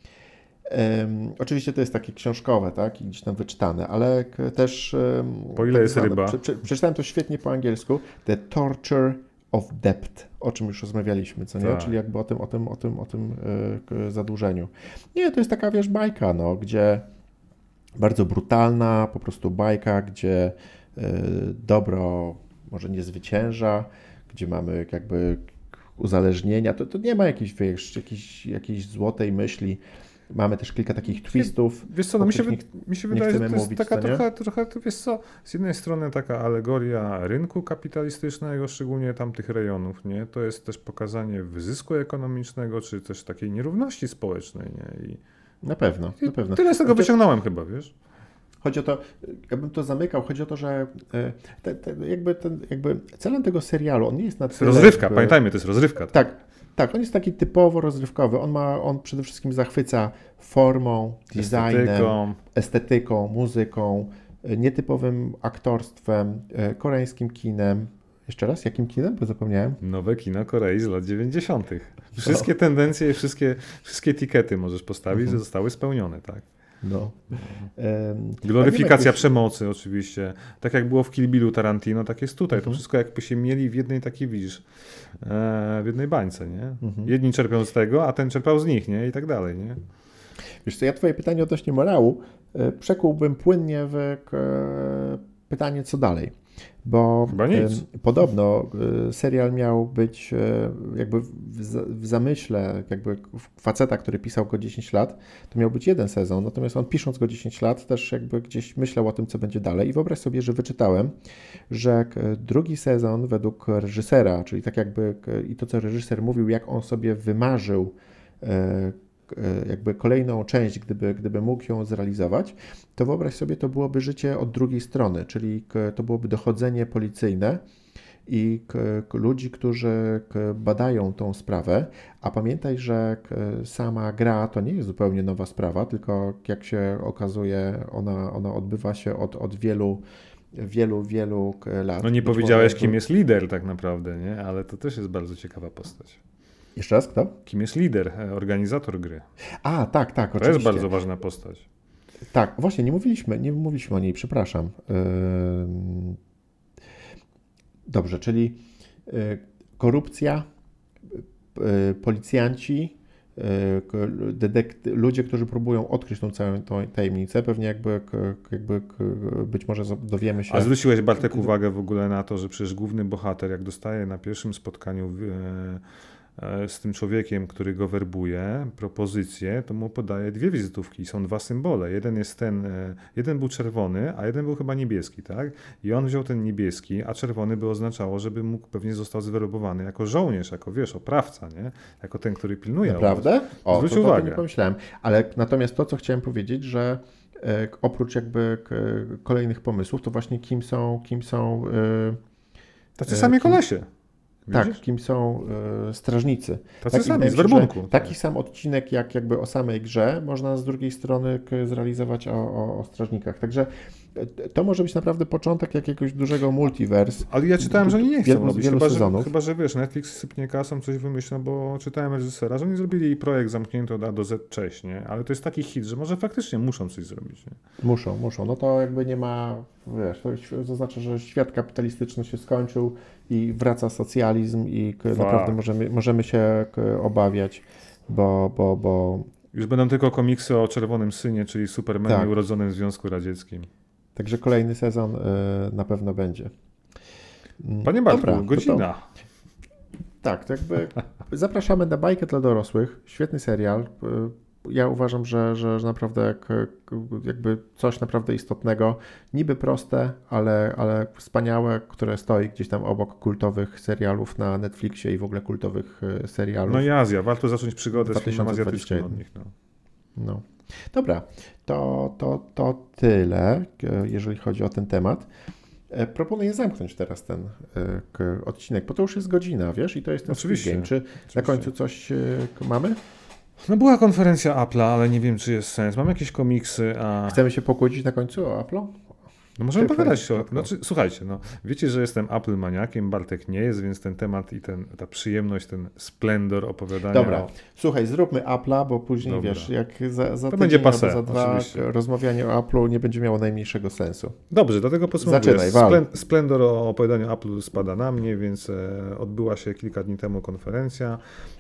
Um, oczywiście to jest takie książkowe, tak, i gdzieś tam wyczytane, ale k- też... Um, po ile tak jest zwane, ryba? Prze, prze, przeczytałem to świetnie po angielsku. The Torture of Debt, o czym już rozmawialiśmy, co nie? Tak. Czyli jakby o tym, o tym, o tym, o tym yy, zadłużeniu. Nie, to jest taka, wiesz, bajka, no, gdzie bardzo brutalna po prostu bajka, gdzie yy, dobro może nie zwycięża, gdzie mamy jakby uzależnienia. To, to nie ma jakiejś, wiesz, jakiejś, jakiejś złotej myśli. Mamy też kilka takich twistów. Wiesz co, no mi się, nie, mi się wydaje, że to jest mówić, taka to trochę, trochę, wiesz co, z jednej strony taka alegoria rynku kapitalistycznego, szczególnie tamtych rejonów, nie? To jest też pokazanie wyzysku ekonomicznego, czy też takiej nierówności społecznej, nie? I na pewno, na pewno. Tyle z tego wyciągnąłem chyba, wiesz? Chodzi o to, jakbym to zamykał, chodzi o to, że te, te, jakby, ten, jakby celem tego serialu, on nie jest na tyle... Rozrywka, jakby, pamiętajmy, to jest rozrywka. Tak. tak. Tak, on jest taki typowo rozrywkowy. On ma, on przede wszystkim zachwyca formą, designem, estetyką, estetyką muzyką, nietypowym aktorstwem, koreańskim kinem. Jeszcze raz, jakim kinem? Bo zapomniałem. Nowe kino Korei z lat dziewięćdziesiątych. Wszystkie no. tendencje i wszystkie, wszystkie etykiety możesz postawić, mhm. że zostały spełnione, tak? No. Um, Gloryfikacja jakoś... przemocy oczywiście. Tak jak było w Kill Billu Tarantino, tak jest tutaj. Mhm. To wszystko jakby się mieli w jednej takiej, widzisz, e, w jednej bańce, nie? Mhm. Jedni czerpią z tego, a ten czerpał z nich, nie? I tak dalej, nie? Wiesz co, ja twoje pytanie odnośnie morału e, przekułbym płynnie w e, pytanie, co dalej. Bo Chyba nic. podobno serial miał być jakby w zamyśle jakby faceta, który pisał go dziesięć lat, to miał być jeden sezon, natomiast on pisząc go dziesięć lat też jakby gdzieś myślał o tym, co będzie dalej i wyobraź sobie, że wyczytałem, że drugi sezon według reżysera, czyli tak jakby i to, co reżyser mówił, jak on sobie wymarzył jakby kolejną część, gdyby, gdyby mógł ją zrealizować, to wyobraź sobie, to byłoby życie od drugiej strony, czyli to byłoby dochodzenie policyjne i ludzi, którzy badają tą sprawę, a pamiętaj, że sama gra to nie jest zupełnie nowa sprawa, tylko jak się okazuje, ona, ona odbywa się od, od wielu wielu, wielu lat. No nie Być powiedziałeś, może... kim jest lider tak naprawdę, nie? Ale to też jest bardzo ciekawa postać. Jeszcze raz, kto? Kim jest lider, organizator gry. A, tak, tak, to oczywiście. To jest bardzo ważna postać. Tak, właśnie, nie mówiliśmy, nie mówiliśmy o niej, przepraszam. Yy... Dobrze, czyli yy, korupcja, yy, policjanci, yy, dedekty- ludzie, którzy próbują odkryć tą całą tą tajemnicę, pewnie jakby, jakby być może dowiemy się... A zwróciłeś, Bartek, uwagę w ogóle na to, że przecież główny bohater, jak dostaje na pierwszym spotkaniu w, z tym człowiekiem, który go werbuje, propozycję, to mu podaje dwie wizytówki i są dwa symbole. Jeden jest ten, jeden był czerwony, a jeden był chyba niebieski, tak? I on wziął ten niebieski, a czerwony by oznaczało, żeby mógł pewnie został zwerbowany jako żołnierz, jako wiesz, oprawca, nie? Jako ten, który pilnuje. Naprawdę? O, zwróć to, to uwagę. nie pomyślałem. Ale natomiast to, co chciałem powiedzieć, że e, oprócz jakby k, kolejnych pomysłów, to właśnie kim są, kim są e, tacy sami kim, kolesie. Tak, Widzisz? kim są e, strażnicy. Tacy tak, sami, z werbunku. Tak. Taki sam odcinek jak jakby o samej grze można z drugiej strony k, zrealizować o, o, o strażnikach. Także to może być naprawdę początek jakiegoś dużego multiverse. Ale ja czytałem, że oni nie chcą wielu, robić, wielu chyba sezonów. że, chyba, że wiesz, Netflix sypnie kasą, coś wymyślą, bo czytałem reżysera, że oni zrobili projekt zamknięty od A do Z, cześć, nie? Ale to jest taki hit, że może faktycznie muszą coś zrobić, nie? Muszą, muszą. No to jakby nie ma, wiesz, to oznacza, że świat kapitalistyczny się skończył i wraca socjalizm i k, naprawdę możemy, możemy się k, obawiać, bo, bo, bo... Już będą tylko komiksy o Czerwonym Synie, czyli Supermanie tak. urodzonym w Związku Radzieckim. Także kolejny sezon y, na pewno będzie. Panie Bartku, Dobra, godzina. To, tak, to jakby zapraszamy na Bajkę dla dorosłych. Świetny serial. Ja uważam, że, że, że naprawdę jak, jakby coś naprawdę istotnego, niby proste, ale, ale wspaniałe, które stoi gdzieś tam obok kultowych serialów na Netflixie i w ogóle kultowych serialów. No i Azja, warto zacząć przygodę z filmem azjatyckim od nich. No. No. Dobra, to, to, to tyle, jeżeli chodzi o ten temat. Proponuję zamknąć teraz ten odcinek, bo to już jest godzina, wiesz, i to jest ten Oczywiście. Game. Czy Oczywiście. na końcu coś mamy? No była konferencja Apple'a, ale nie wiem, czy jest sens. Mam jakieś komiksy, a... Chcemy się pokłócić na końcu o Apple'u? No możemy pogadać o... Znaczy, słuchajcie, no, wiecie, że jestem Apple maniakiem, Bartek nie jest, więc ten temat i ten, ta przyjemność, ten splendor opowiadania... Dobra, o... słuchaj, zróbmy Apple'a, bo później, Dobra. wiesz, jak za, za to będzie albo passé, za dwa oczywiście. rozmawianie o Apple'u nie będzie miało najmniejszego sensu. Dobrze, dlatego podsumowuję. Zaczynaj, wal. Splend- splendor o opowiadaniu Apple spada na mnie, więc e, odbyła się kilka dni temu konferencja.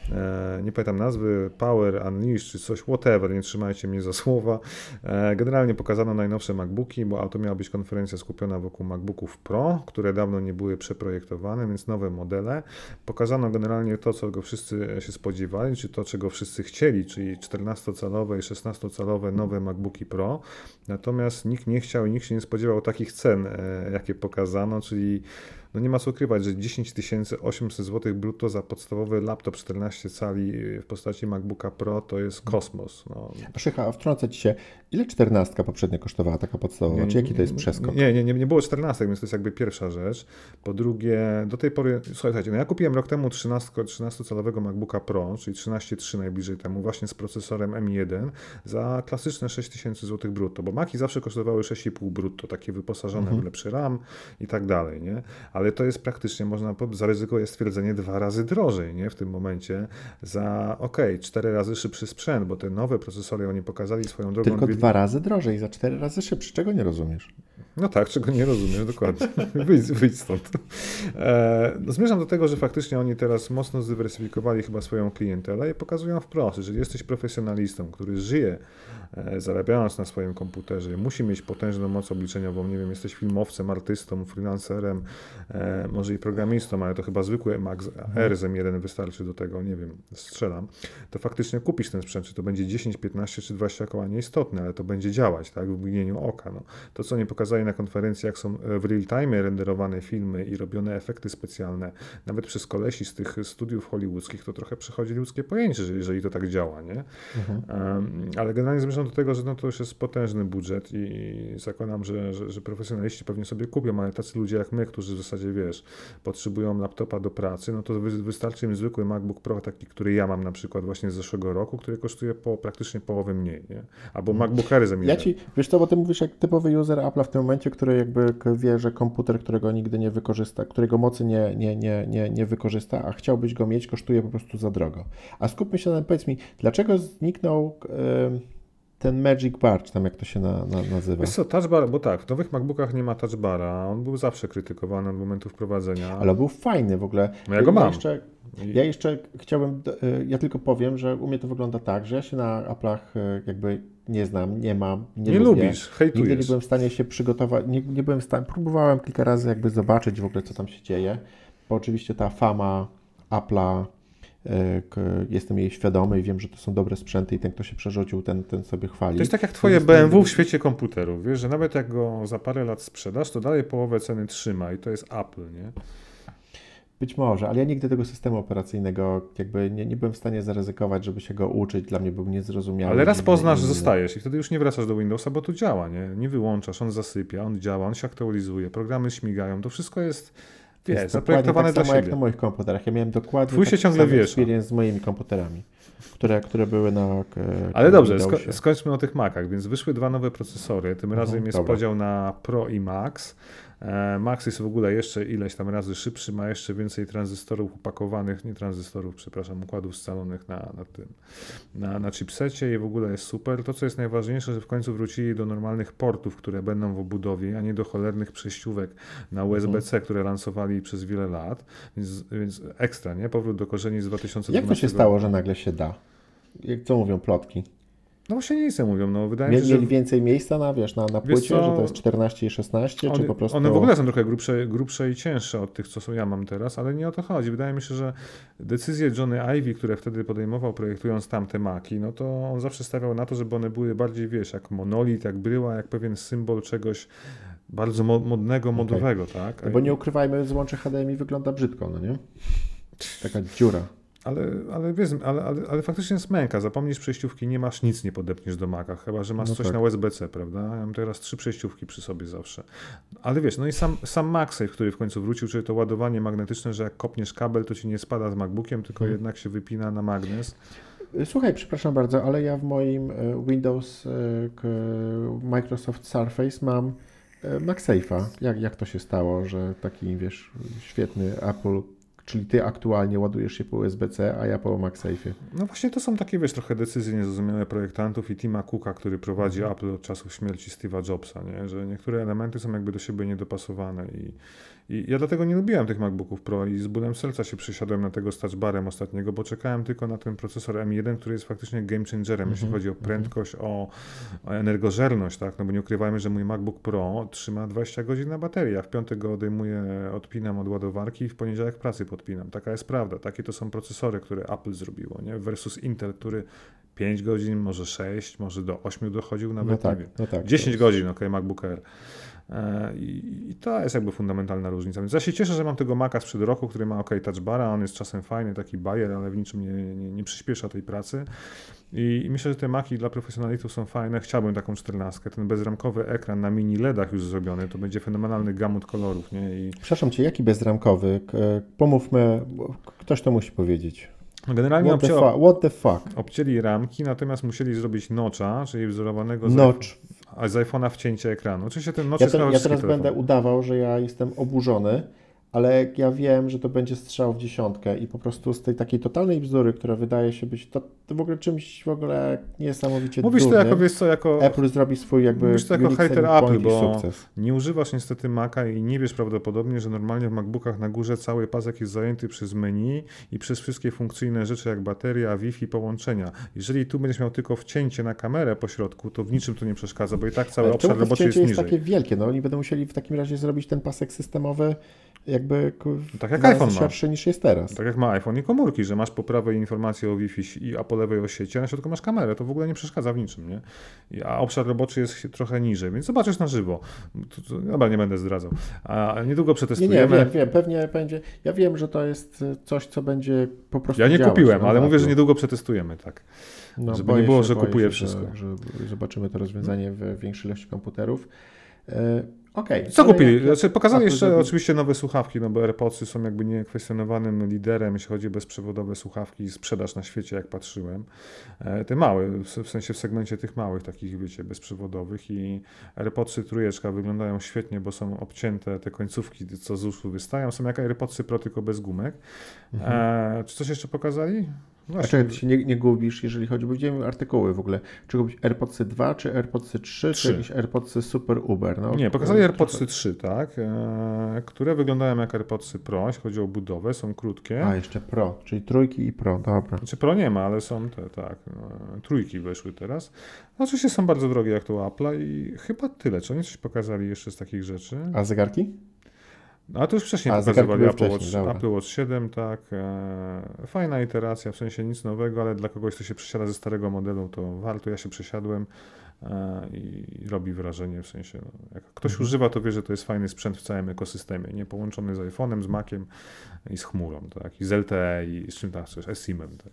E, nie pamiętam nazwy, Power Unleashed czy coś, whatever, nie trzymajcie mnie za słowa. E, generalnie pokazano najnowsze MacBooki, bo to miała być konferencja skupiona wokół MacBooków Pro, które dawno nie były przeprojektowane, więc nowe modele. Pokazano generalnie to, co go wszyscy się spodziewali, czy to, czego wszyscy chcieli, czyli czternastocalowe i szesnastocalowe nowe MacBooki Pro. Natomiast nikt nie chciał i nikt się nie spodziewał takich cen, e, jakie pokazano, czyli no nie ma co ukrywać, że dziesięć tysięcy osiemset złotych brutto za podstawowy laptop czternaście cali w postaci MacBooka Pro to jest kosmos. No. Szycha, wtrącę ci się, ile czternastka poprzednio kosztowała taka podstawowa? Nie, Czy jaki to jest przeskok? Nie, nie, nie, nie było czternastek, więc to jest jakby pierwsza rzecz. Po drugie, do tej pory, słuchajcie, no ja kupiłem rok temu trzynastocalowego MacBooka Pro, czyli trzynaście trzy najbliżej temu, właśnie z procesorem M jeden za klasyczne sześć tysięcy złotych brutto, bo Maci zawsze kosztowały sześć i pół brutto, takie wyposażone Mhm. w lepszy RAM i tak dalej, nie? Ale to jest praktycznie, można zaryzykować stwierdzenie, dwa razy drożej, nie? W tym momencie za, okej, okay, cztery razy szybszy sprzęt, bo te nowe procesory oni pokazali swoją drogą. Tylko dwie... dwa razy drożej, za cztery razy szybszy. Czego nie rozumiesz? No tak, czego nie rozumiesz, dokładnie. Wyjdź, wyjdź stąd. E, no zmierzam do tego, że faktycznie oni teraz mocno zdywersyfikowali chyba swoją klientelę i pokazują wprost, jeżeli jesteś profesjonalistą, który żyje e, zarabiając na swoim komputerze, musi mieć potężną moc obliczeniową, nie wiem, jesteś filmowcem, artystą, freelancerem, e, może i programistą, ale to chyba zwykły Max R z M jeden wystarczy do tego, nie wiem, strzelam, to faktycznie kupisz ten sprzęt, czy to będzie dziesięć, piętnaście czy dwadzieścia koła, nieistotne, ale to będzie działać, tak, w mgnieniu oka. No. To, co nie pokazali na konferencji, jak są w real time renderowane filmy i robione efekty specjalne, nawet przez kolesi z tych studiów hollywoodzkich, to trochę przechodzi ludzkie pojęcie, że jeżeli to tak działa, nie? Mhm. Um, ale generalnie zmierzam do tego, że no to już jest potężny budżet i zakładam, że, że, że profesjonaliści pewnie sobie kupią, ale tacy ludzie jak my, którzy w zasadzie, wiesz, potrzebują laptopa do pracy, no to wy, wystarczy im zwykły MacBook Pro, taki, który ja mam na przykład właśnie z zeszłego roku, który kosztuje po, praktycznie połowę mniej, nie? Albo mhm. MacBook Air zamiast. Ja ci, wiesz co, bo ty mówisz jak typowy user Apple'a w tym momencie, który jakby wie, że komputer, którego nigdy nie wykorzysta, którego mocy nie, nie, nie, nie, nie wykorzysta, a chciałbyś go mieć, kosztuje po prostu za drogo. A skupmy się na tym, powiedz mi, dlaczego zniknął yy, ten Magic Bar, czy tam jak to się na, na, nazywa? Wiesz co, touch bar, bo tak, w nowych MacBookach nie ma touch bara, on był zawsze krytykowany od momentu wprowadzenia. Ale był fajny w ogóle. No ja go mam. Jeszcze, ja jeszcze chciałbym, ja tylko powiem, że u mnie to wygląda tak, że ja się na Apple'ach jakby nie znam, nie mam, nie, nie lubię. lubisz, hejtujesz. Nigdy nie byłem w stanie się przygotować, nie, nie byłem w stanie, próbowałem kilka razy jakby zobaczyć w ogóle, co tam się dzieje, bo oczywiście ta fama Apple'a, jestem jej świadomy i wiem, że to są dobre sprzęty i ten, kto się przerzucił, ten, ten sobie chwali. To jest tak jak twoje B M W w świecie komputerów, wiesz, że nawet jak go za parę lat sprzedasz, to dalej połowę ceny trzyma i to jest Apple, nie? Być może, ale ja nigdy tego systemu operacyjnego jakby nie, nie byłem w stanie zaryzykować, żeby się go uczyć, dla mnie był niezrozumiały. Ale raz poznasz, że zostajesz i wtedy już nie wracasz do Windowsa, bo tu działa, nie? Nie wyłączasz, on zasypia, on działa, on się aktualizuje, programy śmigają, to wszystko jest... Wiesz, jest zaprojektowane tak dla samo siebie. jak na moich komputerach. Ja miałem dokładnie Twój się ciągle wiesza. experience z moimi komputerami, które, które były na Ale dobrze, sko- skończmy o tych Macach, więc wyszły dwa nowe procesory, tym razem mhm, jest dobra. podział na Pro i Max. Max jest w ogóle jeszcze ileś tam razy szybszy, ma jeszcze więcej tranzystorów upakowanych, nie tranzystorów, przepraszam, układów scalonych na, na tym, na, na chipsecie i w ogóle jest super. To, co jest najważniejsze, że w końcu wrócili do normalnych portów, które będą w obudowie, a nie do cholernych przejściówek na U S B C, które lansowali przez wiele lat, więc, więc ekstra, nie? Powrót do korzeni z dwa tysiące dwunastego. Jak to się stało, że nagle się da? Co mówią plotki? No właśnie nic nie mówią, no wydaje Mie- mi się, że... Mieli więcej miejsca na, wiesz, na, na płycie, co? że to jest czternaście i szesnaście, one, czy po prostu... One w ogóle są trochę grubsze, grubsze i cięższe od tych, co są ja mam teraz, ale nie o to chodzi. Wydaje mi się, że decyzje Johnny Ive, które wtedy podejmował, projektując tamte Maki, no to on zawsze stawiał na to, żeby one były bardziej, wiesz, jak monolit, jak bryła, jak pewien symbol czegoś bardzo modnego, modowego, okay. tak? No bo nie ukrywajmy, złącze H D M I wygląda brzydko, no nie? Taka dziura. Ale, ale, wiesz, ale, ale, ale faktycznie jest męka. Zapomnisz przejściówki, nie masz nic, nie podepniesz do Maca, chyba że masz no coś tak. na U S B C, prawda? Ja mam teraz trzy przejściówki przy sobie zawsze. Ale wiesz, no i sam, sam MagSafe, który w końcu wrócił, czyli to ładowanie magnetyczne, że jak kopniesz kabel, to ci nie spada z MacBookiem, tylko hmm. jednak się wypina na magnes. Słuchaj, przepraszam bardzo, ale ja w moim Windows Microsoft Surface mam MagSafe'a. Jak, jak to się stało, że taki, wiesz, świetny Apple, czyli ty aktualnie ładujesz się po U S B C, a ja po MagSafe'ie? No właśnie to są takie, wiesz, trochę decyzje niezrozumiałe projektantów i Tima Cooka, który prowadzi mhm. Apple od czasów śmierci Steve'a Jobsa, nie? Że niektóre elementy są jakby do siebie niedopasowane i, i ja dlatego nie lubiłem tych MacBooków Pro i z bólem serca się przysiadłem na tego z touch barem ostatniego, bo czekałem tylko na ten procesor M jeden, który jest faktycznie game changerem, mhm. jeśli chodzi o prędkość, o, o energożerność, tak? No bo nie ukrywajmy, że mój MacBook Pro trzyma dwadzieścia godzin na baterii, ja w piątek go odejmuję, odpinam od ładowarki i w poniedziałek pracy podpinam. Taka jest prawda. Takie to są procesory, które Apple zrobiło, nie? Versus Intel, który pięć godzin, może sześć, może do ośmiu dochodził, nawet no tak, nie wiem. No tak, dziesięć jest... godzin, ok, MacBook Air. I, I to jest jakby fundamentalna różnica. Więc ja się cieszę, że mam tego Maca sprzed roku, który ma ok touch bara, on jest czasem fajny, taki bajer, ale w niczym nie, nie, nie przyspiesza tej pracy. I, I myślę, że te Maci dla profesjonalistów są fajne. Chciałbym taką czternastkę. Ten bezramkowy ekran na mini LEDach już zrobiony, to będzie fenomenalny gamut kolorów. Nie? I... Przepraszam cię, jaki bezramkowy? Pomówmy, ktoś to musi powiedzieć. Generalnie what, obcię... the fu- what the fuck? Obcięli ramki, natomiast musieli zrobić notcha, czyli wzorowanego z, Notch. iPhone, z iPhone'a wcięcie ekranu. Oczywiście ten notch ja, jest ten, ja teraz telefon. Będę udawał, że ja jestem oburzony, ale ja wiem, że to będzie strzał w dziesiątkę i po prostu z tej takiej totalnej bzdury, która wydaje się być to, to w ogóle czymś w ogóle niesamowicie Mówisz to durnym, jako, wiesz co, jako... Apple zrobi swój jakby Mówisz to jako unique hater selling point Apple, i bo sukces. nie używasz niestety Maca i nie wiesz prawdopodobnie, że normalnie w MacBookach na górze cały pasek jest zajęty przez menu i przez wszystkie funkcyjne rzeczy jak bateria, Wi-Fi, połączenia. Jeżeli tu będziesz miał tylko wcięcie na kamerę po środku, to w niczym to nie przeszkadza, bo i tak cały Ale obszar czemu to roboczy jest wcięcie niżej. jest takie wielkie? No oni będą musieli w takim razie zrobić ten pasek systemowy jakby Tak jak dwa razy iPhone ma. szerszy niż jest teraz. Tak jak ma iPhone i komórki, że masz po prawej informacje o Wi-Fi, a po lewej o sieci, a na środku masz kamerę. To w ogóle nie przeszkadza w niczym, nie? A obszar roboczy jest trochę niżej, więc zobaczysz na żywo. To, to, dobra, nie będę zdradzał. A niedługo Nie, przetestujemy. nie, wiem, wiem, pewnie będzie. Ja wiem, że to jest coś, co będzie po prostu Ja nie działać, kupiłem, no, ale na mówię, że Apple. niedługo przetestujemy, tak. No, żeby boję nie było, się, że boję kupuję się, wszystko. Że, że zobaczymy to rozwiązanie w większej ilości komputerów. E, Okej. Co ale kupili? jak- jak Znaczy, pokazali Apple jeszcze zrobi- oczywiście nowe słuchawki, no bo AirPodsy są jakby niekwestionowanym liderem, jeśli chodzi o bezprzewodowe słuchawki i sprzedaż na świecie, jak patrzyłem. E, Te małe, w w sensie w segmencie tych małych takich, wiecie, bezprzewodowych i AirPodsy trójeczka wyglądają świetnie, bo są obcięte te końcówki, co z uszu wystają. Są jak AirPodsy Pro, tylko bez gumek. E, czy coś jeszcze pokazali? A Właśnie. czekaj, ty się nie, nie gubisz, jeżeli chodzi, bo widziałem artykuły w ogóle. Czy kupić AirPodsy dwa, czy AirPodsy trzy, Trzy. czy jakieś AirPodsy Super Uber? No, Nie, pokazali to- AirPodsy trzy, tak, e, które wyglądają jak AirPodsy Pro, jeśli chodzi o budowę, są krótkie. A, jeszcze Pro, czyli trójki i Pro, dobra. Znaczy Pro nie ma, ale są te, tak, e, trójki weszły teraz. No, oczywiście są bardzo drogie jak to Apple'a i chyba tyle. Czy oni coś pokazali jeszcze z takich rzeczy? A zegarki? No, a to już wcześniej A, zegarki pokazywali były Apple Watch, wcześniej, dobra. Apple Watch siedem, tak. E, fajna iteracja, w sensie nic nowego, ale dla kogoś, kto się przesiada ze starego modelu, to warto. Ja się przesiadłem e, i, i robi wrażenie, w sensie, no, jak ktoś Mhm. używa, to wie, że to jest fajny sprzęt w całym ekosystemie, nie połączony z iPhone'em, z Maciem i z chmurą, tak, i z L T E i z czym tam chcesz, eSIM-em, tak.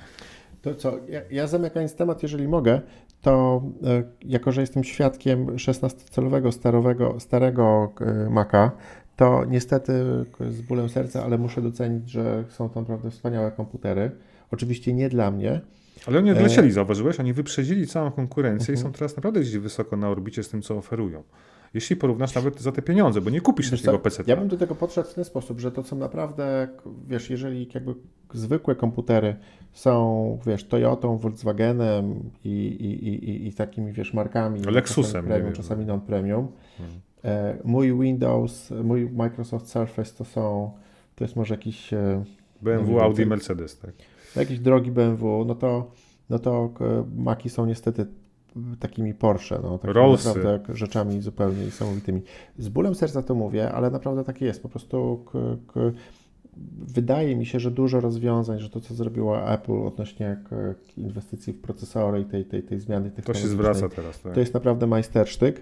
To co, ja, ja zamykając temat, jeżeli mogę, to e, jako, że jestem świadkiem szesnastocalowego starowego, starego e, Maca, to niestety e, z bólem serca, ale muszę docenić, że są to naprawdę wspaniałe komputery. Oczywiście nie dla mnie. Ale oni E, odlecieli, zauważyłeś? Oni wyprzedzili całą konkurencję i Mhm. są teraz naprawdę gdzieś wysoko na orbicie z tym, co oferują. Jeśli porównasz nawet za te pieniądze, bo nie kupisz Wiesz takiego co, P C. Ja bym do tego podszedł w ten sposób, że to są naprawdę, wiesz, jeżeli jakby zwykłe komputery są, wiesz, Toyotą, Volkswagenem i, i, i, i, i takimi, wiesz, markami. Lexusem, czasami nie premium, wiem. czasami non-premium. Hmm. E, mój Windows, mój Microsoft Surface to są, to jest może jakiś, e, B M W, no, Audi, tak. Mercedes, tak. jakiś drogi B M W, no to, no to e, Maki są niestety takimi Porsche, no, takimi Rollsy. naprawdę rzeczami zupełnie niesamowitymi. Z bólem serca to mówię, ale naprawdę tak jest. Po prostu k, k, wydaje mi się, że dużo rozwiązań, że to, co zrobiła Apple odnośnie k, k inwestycji w procesory i tej, tej, tej zmiany To technologicznej, się zwraca teraz, tak. to jest naprawdę majstersztyk.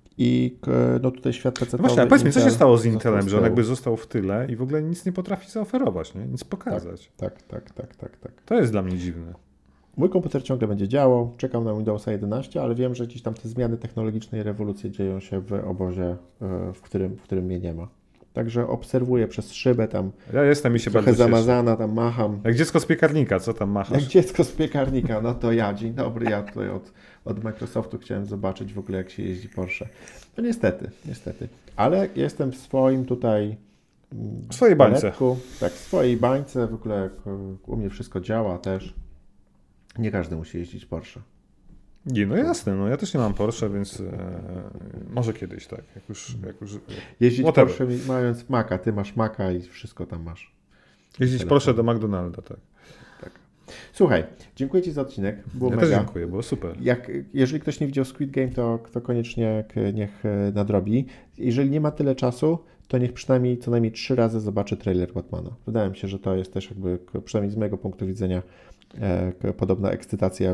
I k, no tutaj świat P C. No właśnie, a powiedz mi, co się stało z został Intelem, z że on tyłu. jakby został w tyle i w ogóle nic nie potrafi zaoferować, nie? Nic pokazać. Tak, tak, tak, tak, tak. To jest dla mnie dziwne. Mój komputer ciągle będzie działał, czekam na Windowsa jedenaście, ale wiem, że gdzieś tam te zmiany technologiczne i rewolucje dzieją się w obozie, e, w którym, w którym mnie nie ma. Także obserwuję przez szybę, tam Ja jestem i się trochę bardzo cieszę. zamazana, tam macham. Jak dziecko z piekarnika, co tam Jak machasz? dziecko z piekarnika, no to ja, dzień dobry, ja tutaj od, od Microsoftu chciałem zobaczyć w ogóle, jak się jeździ Porsche. No niestety, niestety. Ale jestem w swoim tutaj W swojej bańce. paletku, tak, w swojej bańce, w ogóle jak, u mnie wszystko działa też. Nie każdy musi jeździć Porsche. Nie, no jasne, no ja też nie mam Porsche, więc e, może kiedyś, tak, jak już... Jak już Jeździć Whatever. Porsche mi- mając Maca, ty masz Maca i wszystko tam masz. jeździć Telefon. Porsche do McDonalda, tak. Słuchaj, dziękuję Ci za odcinek, było Ja mega. też dziękuję, było super. Jak, jeżeli ktoś nie widział Squid Game, to, to koniecznie k- niech e, nadrobi. Jeżeli nie ma tyle czasu, to niech przynajmniej co najmniej trzy razy zobaczy trailer Batmana. Wydaje mi się, że to jest też jakby, k- przynajmniej z mojego punktu widzenia, e, k- podobna ekscytacja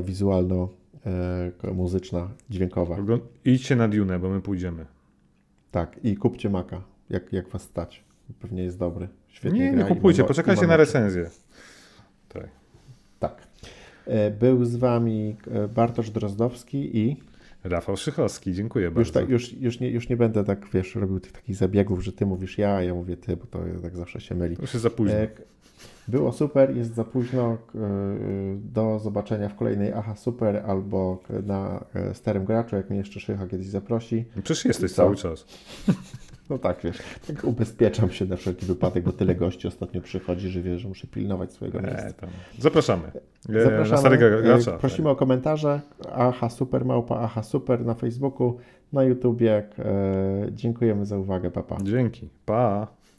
wizualno-muzyczna, dźwiękowa. Ogląd- Idźcie na Dune, bo my pójdziemy. Tak, i kupcie Maca, jak, jak Was stać. Pewnie jest dobry. Świetnie Nie, gra nie i kupujcie, ma- poczekajcie i ma na mecze. recenzję. Tak. Tak. E, Był z Wami e, Bartosz Drozdowski i Rafał Szychowski, dziękuję bardzo. już, tak, już, już, nie, już nie będę tak, wiesz, robił tych takich zabiegów, że Ty mówisz ja, a ja mówię Ty, bo to tak zawsze się myli. To już jest za późno. E, Było super, jest za późno. e, Do zobaczenia w kolejnej Aha Super albo na e, Starym Graczu, jak mnie jeszcze Szycha kiedyś zaprosi. Przecież jesteś co? cały czas. No tak, wiesz, tak ubezpieczam się na wszelki wypadek, bo tyle gości ostatnio przychodzi, że wiesz, że muszę pilnować swojego miejsca. E, tam. Zapraszamy. E, Zapraszamy. Na starego gracza. Prosimy o komentarze. Aha, super małpa, aha, super na Facebooku, na YouTubie. E, dziękujemy za uwagę, papa. Dzięki. Pa.